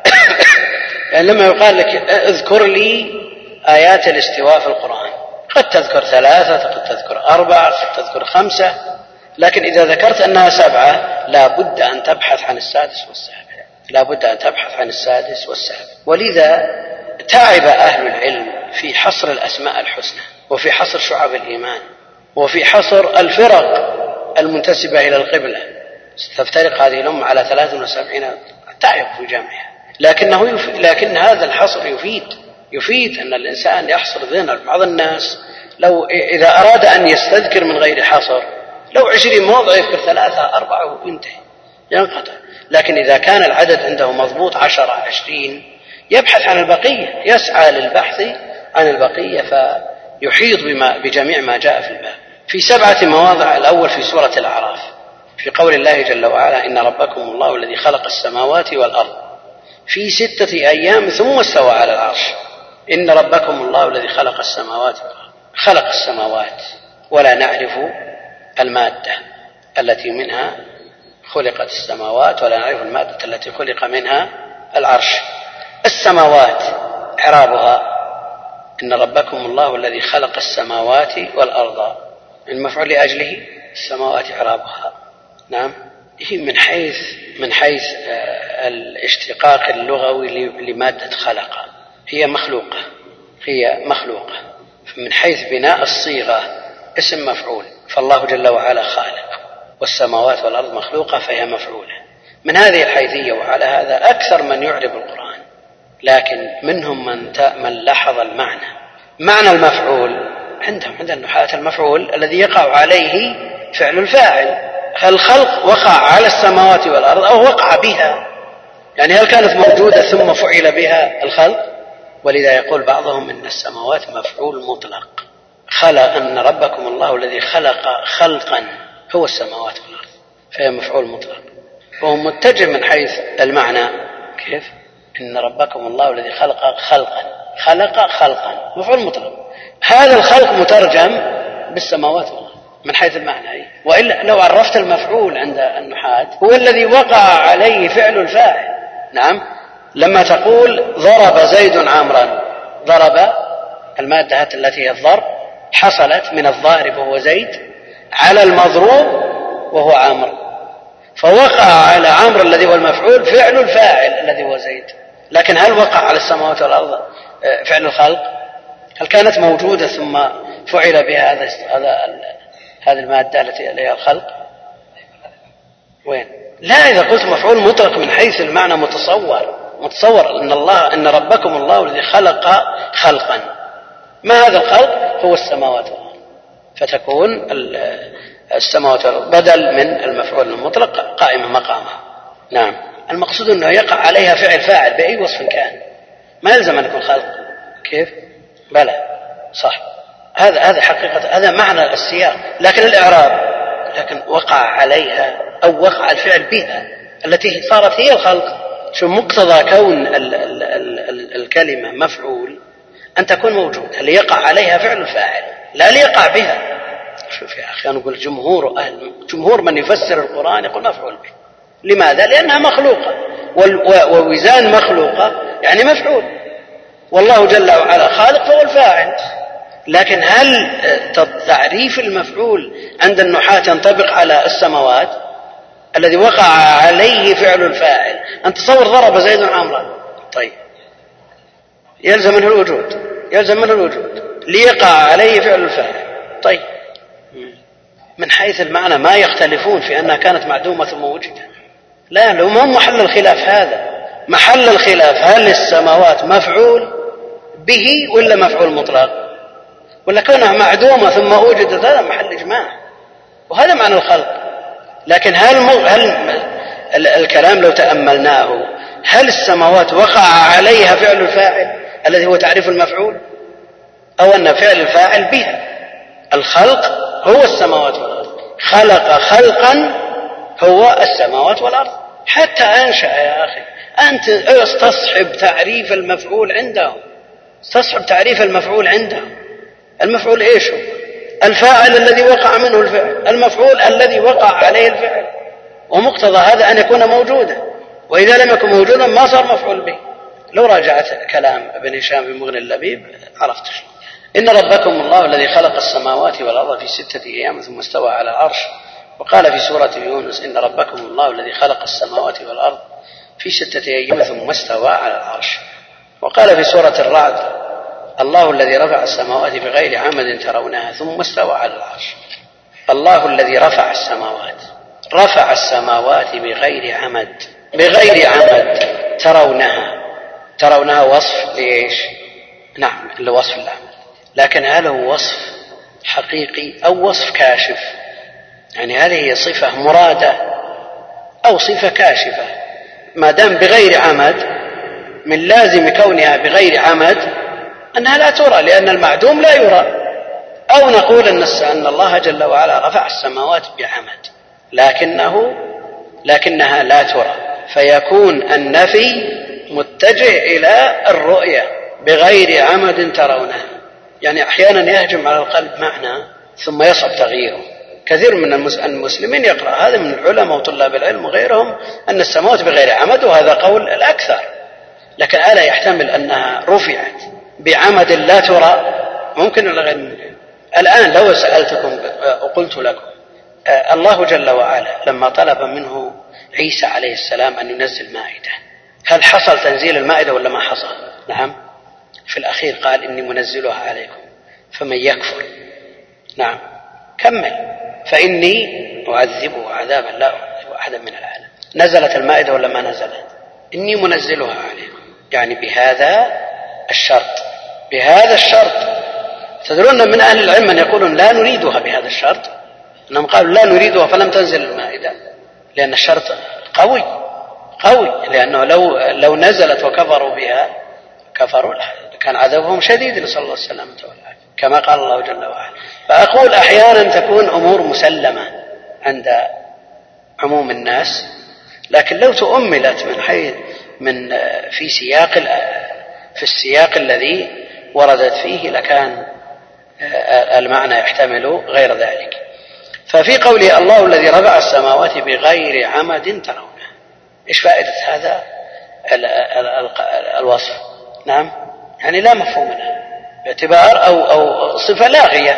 يعني لما يقال لك اذكر لي آيات الاستواء في القرآن، قد تذكر 3، قد تذكر 4، قد تذكر 5، لكن إذا ذكرت أنها 7 لا بد أن تبحث عن السادس والسابع، لا بد أن تبحث عن السادس والسابع. ولذا تعب أهل العلم في حصر الأسماء الحسنى، وفي حصر شعب الإيمان، وفي حصر الفرق المنتسبة إلى القبلة. ستفترق هذه الأمة على 73، تعب في جمعها، لكن هذا الحصر يفيد أن الإنسان يحصر ذهن بعض الناس. لو إذا أراد أن يستذكر من غير حصر، لو 20 موضع يذكر 3 4 وينتهي، ينقطع. لكن إذا كان العدد عنده مضبوط 10 20 يبحث عن البقية، يسعى للبحث عن البقية فيحيط بجميع ما جاء في الباب. في 7 مواضع. الأول في سورة الأعراف في قول الله جل وعلا إن ربكم الله الذي خلق السماوات والأرض في 6 أيام ثم استوى على العرش. إن ربكم الله الذي خلق السماوات والأرض، خلق السماوات ولا نعرف المادة التي منها خلقت السماوات، ولا نعرف المادة التي خلق منها العرش. السماوات إعرابها إن ربكم الله الذي خلق السماوات والأرض، المفعول لأجله السماوات إعرابها. نعم. هي من حيث الاشتقاق اللغوي لمادة خلق هي مخلوقة. من حيث بناء الصيغة اسم مفعول، فالله جل وعلا خالق، والسماوات والأرض مخلوقة فهي مفعولة. من هذه الحيثية وعلى هذا أكثر من يعرب القرآن، لكن منهم من لاحظ معنى المفعول. عند النحاة المفعول الذي يقع عليه فعل الفاعل. الخلق وقع على السماوات والأرض أو وقع بها، يعني هل كانت موجودة ثم فعل بها الخلق؟ ولذا يقول بعضهم إن السماوات مفعول مطلق، خلق أن ربكم الله الذي خلق خلقا هو السماوات والأرض، فهي مفعول مطلق، وهو متجه من حيث المعنى. كيف؟ إن ربكم الله الذي خلق خلقا مفعول مطلق، هذا الخلق مترجم بالسماوات والأرض من حيث المعنى. وإلا لو عرفت المفعول عند النحاة هو الذي وقع عليه فعل الفاعل. نعم، لما تقول ضرب زيد عمرا، ضرب المادة التي هي الضرب حصلت من الضارب وهو زيد على المضروب وهو عمرو، فوقع على عمرو الذي هو المفعول فعل الفاعل الذي هو زيد. لكن هل وقع على السماوات والأرض فعل الخلق؟ هل كانت موجودة ثم فعل بها هذه المادة التي عليها الخلق؟ وين؟ لا، إذا قلت مفعول مطلق من حيث المعنى متصور إن ربكم الله الذي خلق خلقا، ما هذا الخلق؟ هو السماوات والأرض، فتكون السماوات والأرض بدل من المفعول المطلق قائمة مقامه. نعم، المقصود أنه يقع عليها فعل فاعل بأي وصف كان، ما يلزم أن يكون خلق. كيف؟ بلى صح، هذا حقيقة، هذا معنى السياق. لكن الإعراب لكن وقع عليها أو وقع الفعل بها التي صارت هي الخلق. شو مقتضى كون الكلمة مفعول؟ أن تكون موجودة ليقع عليها فعل الفاعل، لا ليقع بها. شوف يا أخي، أنا أقول جمهور من يفسر القرآن يقول مفعول به. لماذا؟ لأنها مخلوقة، ووزان مخلوقة يعني مفعول، والله جل وعلا خالق فهو الفاعل. لكن هل تعريف المفعول عند النحاة ينطبق على السماوات الذي وقع عليه فعل الفاعل؟ أن تصور ضرب زيد عمرا، طيب يلزم منه الوجود ليقع عليه فعل الفاعل. طيب من حيث المعنى ما يختلفون في أنها كانت معدومة ثم وجدت. لا، لو ما محل الخلاف هذا، محل الخلاف هل السماوات مفعول به ولا مفعول مطلق، ولا كونها معدومة ثم وجدت، هذا محل إجماع، وهذا معنى الخلق. لكن هل الكلام لو تأملناه، هل السماوات وقع عليها فعل الفاعل الذي هو تعريف المفعول، أو أن فعل الفاعل بها؟ الخلق هو السماوات والأرض، خلق خلقا هو السماوات والأرض. حتى أنشأ يا أخي، أنت استصحب تعريف المفعول عندهم، المفعول إيش هو؟ الفاعل الذي وقع منه الفعل، المفعول الذي وقع عليه الفعل، ومقتضى هذا أن يكون موجودا، وإذا لم يكن موجودا ما صار مفعول به. لو راجعت كلام ابن هشام في مغني اللبيب عرفت شو. إن ربكم الله الذي خلق السماوات والأرض في 6 أيام ثم استوى على العرش. وقال في سورة يونس إن ربكم الله الذي خلق السماوات والأرض في 6 أيام ثم استوى على العرش. وقال في سورة الرعد الله الذي رفع السماوات بغير عمد ترونها ثم استوى على العرش. الله الذي رفع السماوات بغير عمد ترونها وصف ليش؟ نعم، الوصف العام. لكن هل هو وصف حقيقي أو وصف كاشف؟ يعني هل هي صفة مرادة أو صفة كاشفة؟ ما دام بغير عمد، من لازم كونها بغير عمد أنها لا ترى، لأن المعدوم لا يرى. أو نقول أن الله جل وعلا رفع السماوات بعمد لكنها لا ترى، فيكون النفي متجه إلى الرؤية بغير عمد ترونها. يعني أحيانا يهجم على القلب معنى ثم يصعب تغييره. كثير من المسلمين يقرأ هذا من العلماء وطلاب العلم وغيرهم أن السماوات بغير عمد، وهذا قول الأكثر. لكن ألا يحتمل أنها رفعت بعمد لا ترى؟ ممكن ولا غير ممكن؟ الآن لو سألتكم وقلت لكم الله جل وعلا لما طلب منه عيسى عليه السلام أن ينزل مائدة، هل حصل تنزيل المائدة ولا ما حصل؟ نعم، في الأخير قال إني منزلها عليكم فمن يكفر، نعم كمل، فإني أعذبه عذابا لا أعذب أحدا من العالم. نزلت المائدة ولا ما نزلت؟ إني منزلها عليكم، يعني بهذا الشرط. تدرون من أهل العلم من يقولون لا نريدها بهذا الشرط، أنهم قالوا لا نريدها فلم تنزل المائدة، لأن الشرط قوي، لأنه لو نزلت وكفروا بها كفروا كان عذابهم شديد، نسأل الله السلامة والعافية كما قال الله جل وعلا. فأقول أحيانا تكون أمور مسلمة عند عموم الناس، لكن لو تؤملت في السياق الذي وردت فيه لكان المعنى يحتمل غير ذلك. ففي قوله الله الذي رفع السماوات بغير عمد ترونه، إيش فائدة هذا الوصف؟ نعم، يعني لا مفهوم له باعتبار أو صفة لاغية،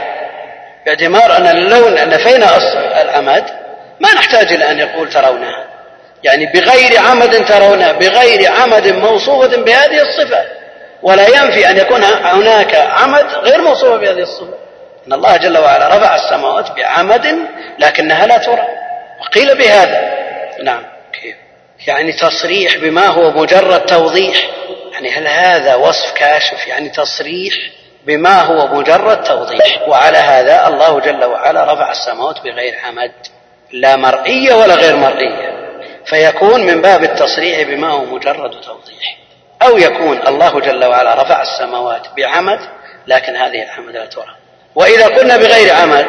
باعتبار أن لو نفينا العمد ما نحتاج إلى أن يقول ترونها، يعني بغير عمد ترونها، بغير عمد موصوفة بهذه الصفة، ولا ينفي أن يكون هناك عمد غير موصوفة بهذه الصفة. إن الله جل وعلا رفع السماوات بعمد لكنها لا ترى، وقيل بهذا. نعم، كيف؟ يعني تصريح بما هو مجرد توضيح، يعني هل هذا وصف كاشف؟ يعني تصريح بما هو مجرد توضيح. وعلى هذا الله جل وعلا رفع السماوات بغير عمد، لا مرئية ولا غير مرئية، فيكون من باب التصريح بما هو مجرد توضيح. أو يكون الله جل وعلا رفع السماوات بعمد لكن هذه العمد لا ترى. وإذا قلنا بغير عمد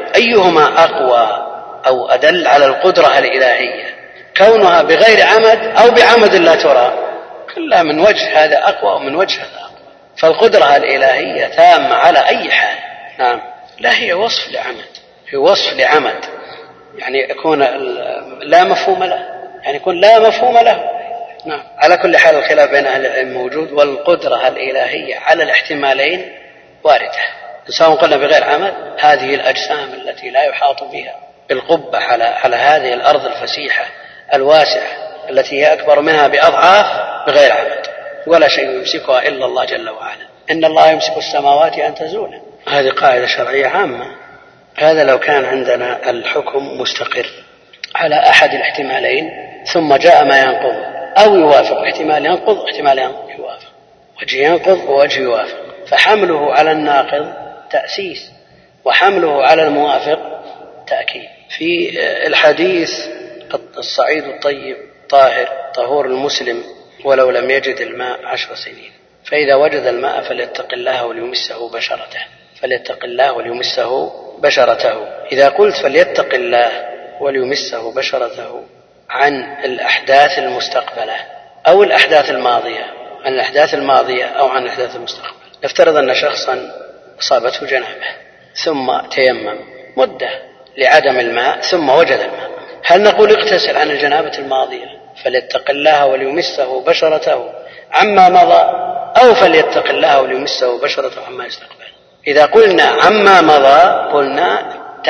أيهما أقوى أو أدل على القدرة الإلهية، كونها بغير عمد أو بعمد لا ترى؟ كلها من وجه هذا أقوى ومن وجه هذا أقوى. فالقدرة الإلهية تامة على أي حال. نعم، لا هي وصف لعمد، هي وصف لعمد، يعني يكون لا مفهوم له، يعني يكون لا مفهوم له. نعم، على كل حال الخلاف بين أهل العلم موجود، والقدرة الإلهية على الاحتمالين واردة. سواء قلنا بغير عمد، هذه الأجسام التي لا يحاط بها بالقبة على هذه الأرض الفسيحة الواسعة التي هي أكبر منها بأضعاف بغير عمد، ولا شيء يمسكها إلا الله جل وعلا. إن الله يمسك السماوات أن تزولا، هذه قاعدة شرعية عامة. هذا لو كان عندنا الحكم مستقر على أحد الاحتمالين ثم جاء ما ينقض أو يوافق، احتمال ينقض احتمال يوافق، وجه ينقض ووجه يوافق، فحمله على الناقض تأسيس وحمله على الموافق تأكيد. في الحديث الصعيد الطيب طاهر طهور المسلم ولو لم يجد الماء 10 سنين، فإذا وجد الماء فليتق الله وليمسه بشرته، فليتق الله وليمسه بشرته. إذا قلت فليتق الله وليمسه بشرته عن الأحداث المستقبلة أو الأحداث الماضية، عن الأحداث الماضية أو عن الأحداث المستقبلة، نفترض أن شخصا أصابته جنابة ثم تيمم مدة لعدم الماء ثم وجد الماء، هل نقول اغتسل عن الجنابة الماضية فليتق الله وليمسه بشرته عما مضى، أو فليتق الله وليمسه بشرته عما يستقبل؟ إذا قلنا عما مضى قلنا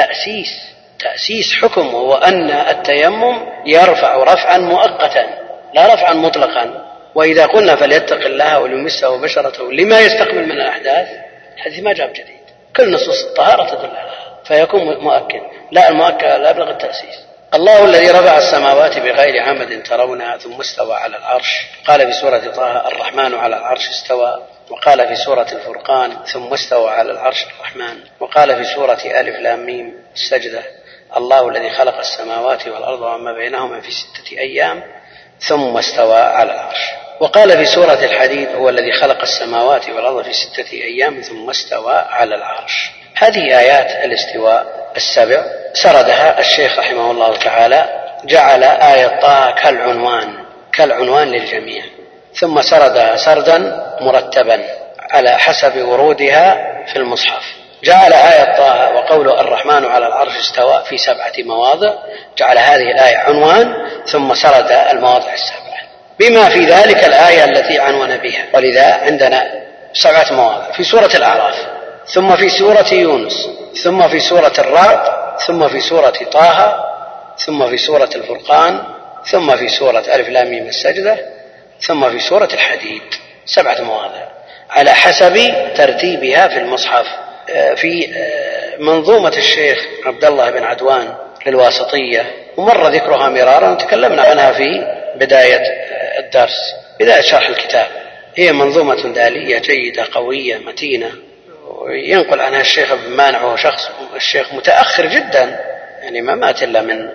تأسيس حكم، وهو أن التيمم يرفع رفعا مؤقتا لا رفعا مطلقا. وإذا قلنا فليتق الله وليمسه بشرته لما يستقبل من الأحداث، حديث ما جاب جديد، كل نصوص الطهارة تدل على هذا، فيكون مؤكد. لا، المؤكد لا يبلغ التأسيس. الله الذي رفع السماوات بغير عمد ترونها ثم استوى على العرش، قال في سورة طه الرحمن على العرش استوى، وقال في سورة الفرقان ثم استوى على العرش الرحمن، وقال في سورة ألف لام ميم السجدة الله الذي خلق السماوات والأرض وما بينهما في 6 أيام ثم استوى على العرش، وقال في سورة الحديد هو الذي خلق السماوات والأرض في 6 أيام ثم استوى على العرش. هذه آيات الاستواء 7 سردها الشيخ رحمه الله تعالى، جعل آية طه كالعنوان للجميع، ثم سردها سردا مرتبا على حسب ورودها في المصحف. جعل آية طه وقوله الرحمن على العرش استوى في 7 مواضع، جعل هذه الآية عنوان ثم سرد المواضع 7 بما في ذلك الآية التي عنون بها. ولذا عندنا 7 مواضع في سورة الأعراف، ثم في سورة يونس، ثم في سورة الرعد، ثم في سورة طه، ثم في سورة الفرقان، ثم في سورة ألف لام ميم السجدة، ثم في سورة الحديد. 7 مواضع على حسب ترتيبها في المصحف. في منظومة الشيخ عبد الله بن عدوان للواسطية، ومر ذكرها مرارا وتكلمنا عنها في بداية الدرس، بداية شرح الكتاب. هي منظومة دالية جيدة قوية متينة، وينقل عنها الشيخ ابن مانع، وهو شخص الشيخ متأخر جدا، يعني ما مات إلا من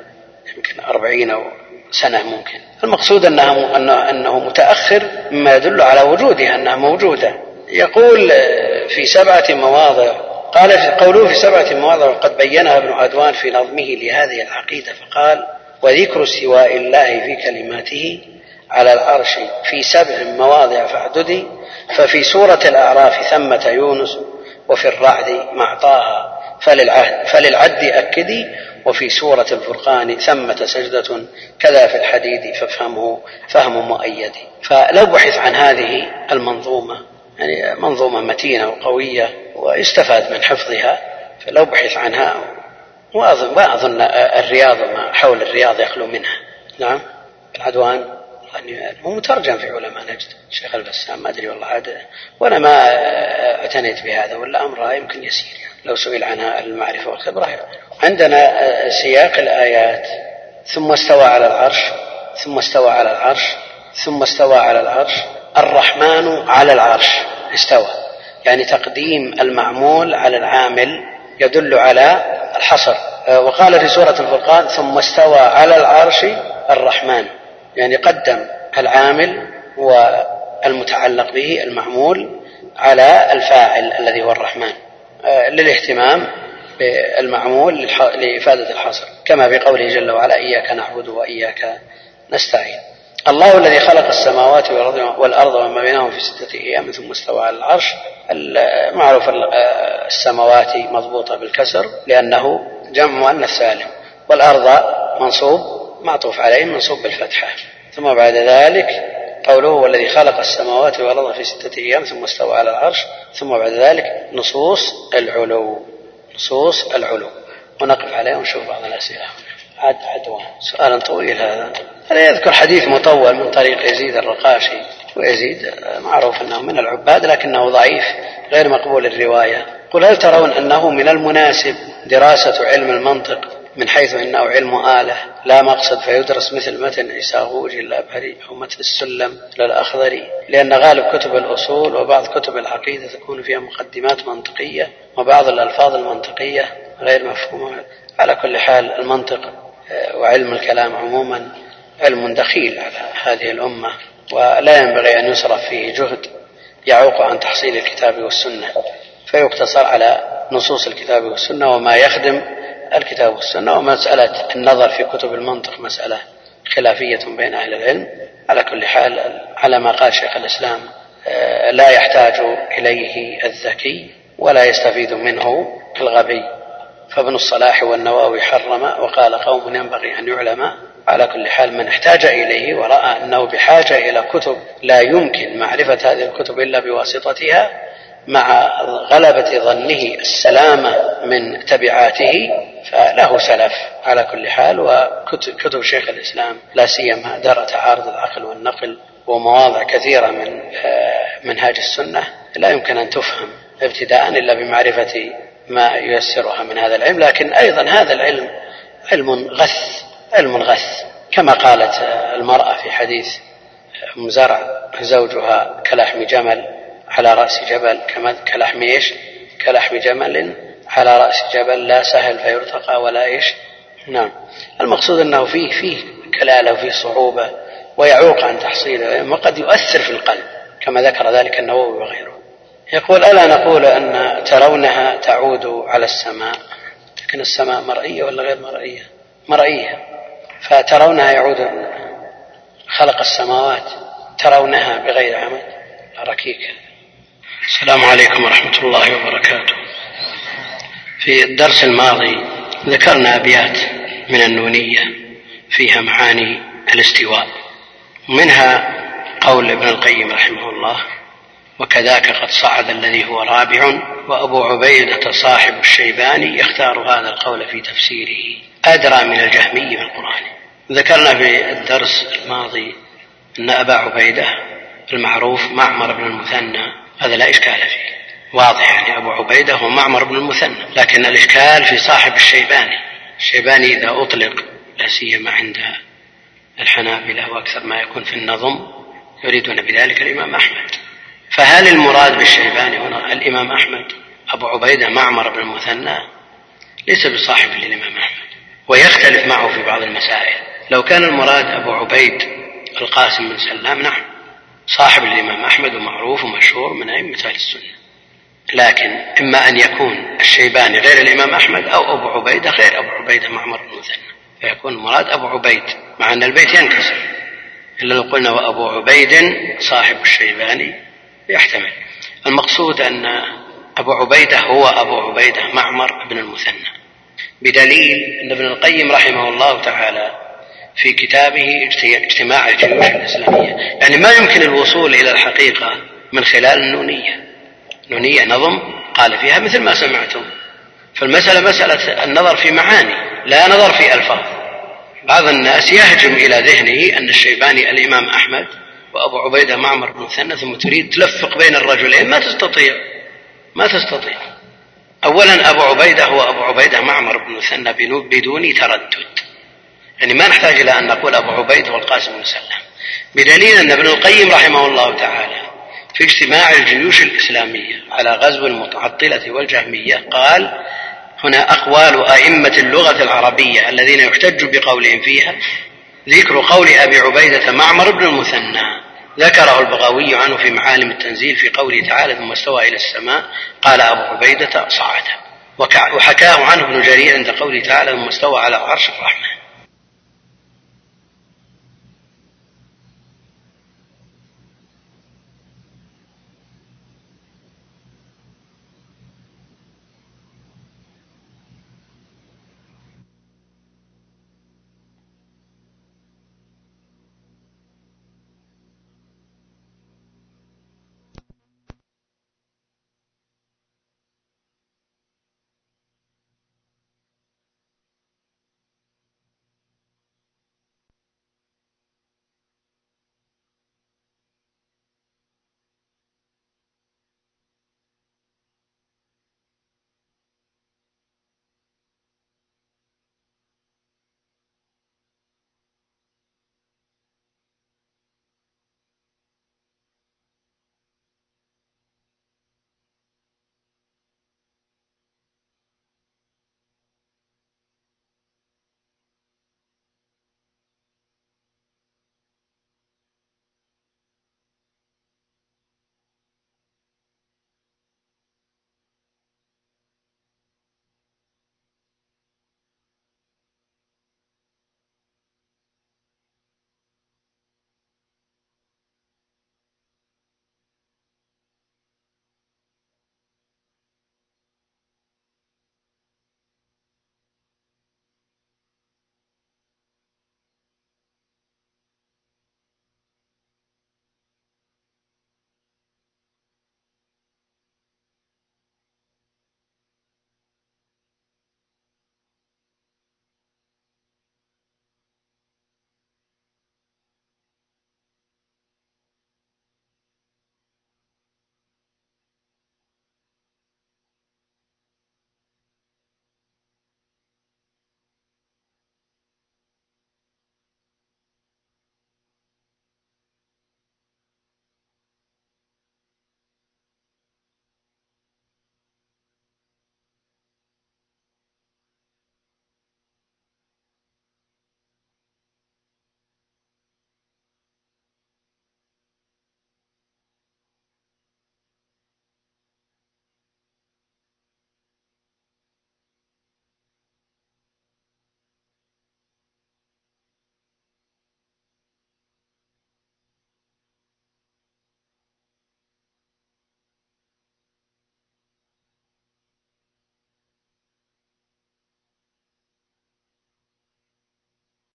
يمكن 40 سنة ممكن. المقصود أنه متأخر مما يدل على وجودها أنها موجودة. يقول في 7 مواضع، قال قوله في 7 مواضع وقد بينها ابن عدوان في نظمه لهذه العقيدة فقال: وذكر استواء الله في كلماته على العرش في 7 مواضع فاعددي، ففي سورة الأعراف ثمة يونس، وفي الرعد مع طه فللعد أكدي، وفي سورة الفرقان ثمة سجدة، كذا في الحديد فافهمه فهم مؤيد. فلو بحث عن هذه المنظومة، يعني منظومة متينة وقوية ويستفاد من حفظها، فلو بحث عنها، ما أظن الرياض ما حول الرياض يخلو منها. نعم العدوان يعني هو مترجم في علماء نجد، الشيخ البسام ما أدري والله عاد، وأنا ما اعتنيت بهذا، ولا أمرها يمكن يسير يعني لو سئل عنها المعرفة والخبرة. عندنا سياق الآيات: ثم استوى على العرش، ثم استوى على العرش، ثم استوى على العرش، الرحمن على العرش استوى، يعني تقديم المعمول على العامل يدل على الحصر. وقال في سورة الفرقان: ثم استوى على العرش الرحمن، يعني قدم العامل والمتعلق به المعمول على الفاعل الذي هو الرحمن، للاهتمام بالمعمول لإفادة الحصر، كما في قوله جل وعلا: إياك نعبد وإياك نستعين. الله الذي خلق السماوات والأرض وما بينهم في 6 أيام ثم استوى على العرش. معروف السماوات مضبوطة بالكسر لأنه جمع مؤنث سالم، والأرض منصوب معطوف عليه منصوب بالفتحة. ثم بعد ذلك قوله: والذي خلق السماوات والأرض في 6 أيام ثم استوى على العرش. ثم بعد ذلك نصوص العلو، ونقف عليه ونشوف بعض الأسئلة. عدوان سؤال طويل هذا يذكر حديث مطول من طريق يزيد الرقاشي، ويزيد معروف أنه من العباد لكنه ضعيف غير مقبول الرواية. قل: هل ترون أنه من المناسب دراسة علم المنطق من حيث إنه علم آلة لا مقصد، فيدرس مثل متن عيساغوجي الأبهري أو متن السلم للأخضري، لأن غالب كتب الأصول وبعض كتب العقيدة تكون فيها مقدمات منطقية وبعض الألفاظ المنطقية غير مفهومة. على كل حال المنطق وعلم الكلام عموما علم دخيل على هذه الأمة، ولا ينبغي أن يصرف فيه جهد يعوق عن تحصيل الكتاب والسنة، فيقتصر على نصوص الكتاب والسنة وما يخدم الكتاب والسنة. ومسألة النظر في كتب المنطق مسألة خلافية بين أهل العلم. على كل حال على ما قال شيخ الإسلام: لا يحتاج إليه الذكي ولا يستفيد منه الغبي، فابن الصلاح والنووي حرم وقال قوم ينبغي أن يعلم. على كل حال من احتاج إليه ورأى أنه بحاجة إلى كتب لا يمكن معرفة هذه الكتب إلا بواسطتها، مع غلبة ظنه السلامة من تبعاته، فله سلف. على كل حال وكتب شيخ الإسلام لا سيما درء تعارض العقل والنقل ومواضع كثيرة من منهاج السنة لا يمكن أن تفهم ابتداء إلا بمعرفة ما ييسرها من هذا العلم. لكن أيضا هذا العلم علم غث، كما قالت المرأة في حديث أم زرع زوجها: كلحم جمل على رأس جبل، كلحم جمل على رأس جبل، لا سهل فيرتقى ولا نعم. المقصود أنه فيه كلالة وفيه صعوبة ويعوق عن تحصيله، وقد يؤثر في القلب كما ذكر ذلك النووي وغيره. يقول: ألا نقول أن ترونها تعود على السماء، لكن السماء مرئية ولا غير مرئية؟ مرئية، فترونها يعود. خلق السماوات ترونها بغير عمد ركيكة. السلام عليكم ورحمة الله وبركاته. في الدرس الماضي ذكرنا أبيات من النونية فيها معاني الاستواء، منها قول ابن القيم رحمه الله: وكذاك قد صعد الذي هو رابع، وأبو عبيدة صاحب الشيباني يختار هذا القول في تفسيره أدرى من الجهمي بالقرآن. ذكرنا في الدرس الماضي أن أبا عبيدة المعروف معمر بن المثنى، هذا لا إشكال فيه، واضح، يعني أبو عبيدة هو معمر بن المثنى، لكن الإشكال في صاحب الشيباني إذا أطلق لا سيما عند الحنابلة وأكثر ما يكون في النظم يريدون بذلك الإمام أحمد. فهل المراد بالشيباني هنا الإمام أحمد؟ أبو عبيدة معمر بن المثنى ليس بصاحب للإمام أحمد، ويختلف معه في بعض المسائل. لو كان المراد أبو عبيد القاسم بن سلام نعم صاحب الإمام أحمد ومعروف ومشهور من أئمة أهل السنة، لكن إما أن يكون الشيباني غير الإمام أحمد أو أبو عبيدة غير أبو عبيدة معمر بن المثنى، فيكون المراد أبو عبيد، مع أن البيت ينكسر إلا لو قلنا وأبو عبيد صاحب الشيباني يحتمل. المقصود أن أبو عبيدة هو أبو عبيدة معمر بن المثنى، بدليل أن ابن القيم رحمه الله تعالى في كتابه اجتماع الجيوش الإسلامية، يعني ما يمكن الوصول إلى الحقيقة من خلال النونية نظم قال فيها مثل ما سمعتم، فالمسألة مسألة النظر في معاني لا نظر في ألفاظ. بعض الناس يهجم إلى ذهنه أن الشيباني الإمام أحمد وأبو عبيدة معمر بن المثنى، ثم تريد تلفق بين الرجلين، ما تستطيع. أولا أبو عبيدة هو أبو عبيدة معمر بن المثنى بدون تردد، يعني ما نحتاج إلى أن نقول أبو عبيدة والقاسم بن سلام، بدليل أن ابن القيم رحمه الله تعالى في اجتماع الجيوش الإسلامية على غزو المتعطلة والجهمية قال هنا أقوال أئمة اللغة العربية الذين يحتج بقولهم فيها، ذكر قول أبي عبيدة معمر بن المثنى ذكره البغوي عنه في معالم التنزيل في قوله تعالى ثم استوى إلى السماء قال أبو عبيدة صعد، وحكاه عنه ابن جرير عند قوله تعالى ثم استوى على عرش الرحمن.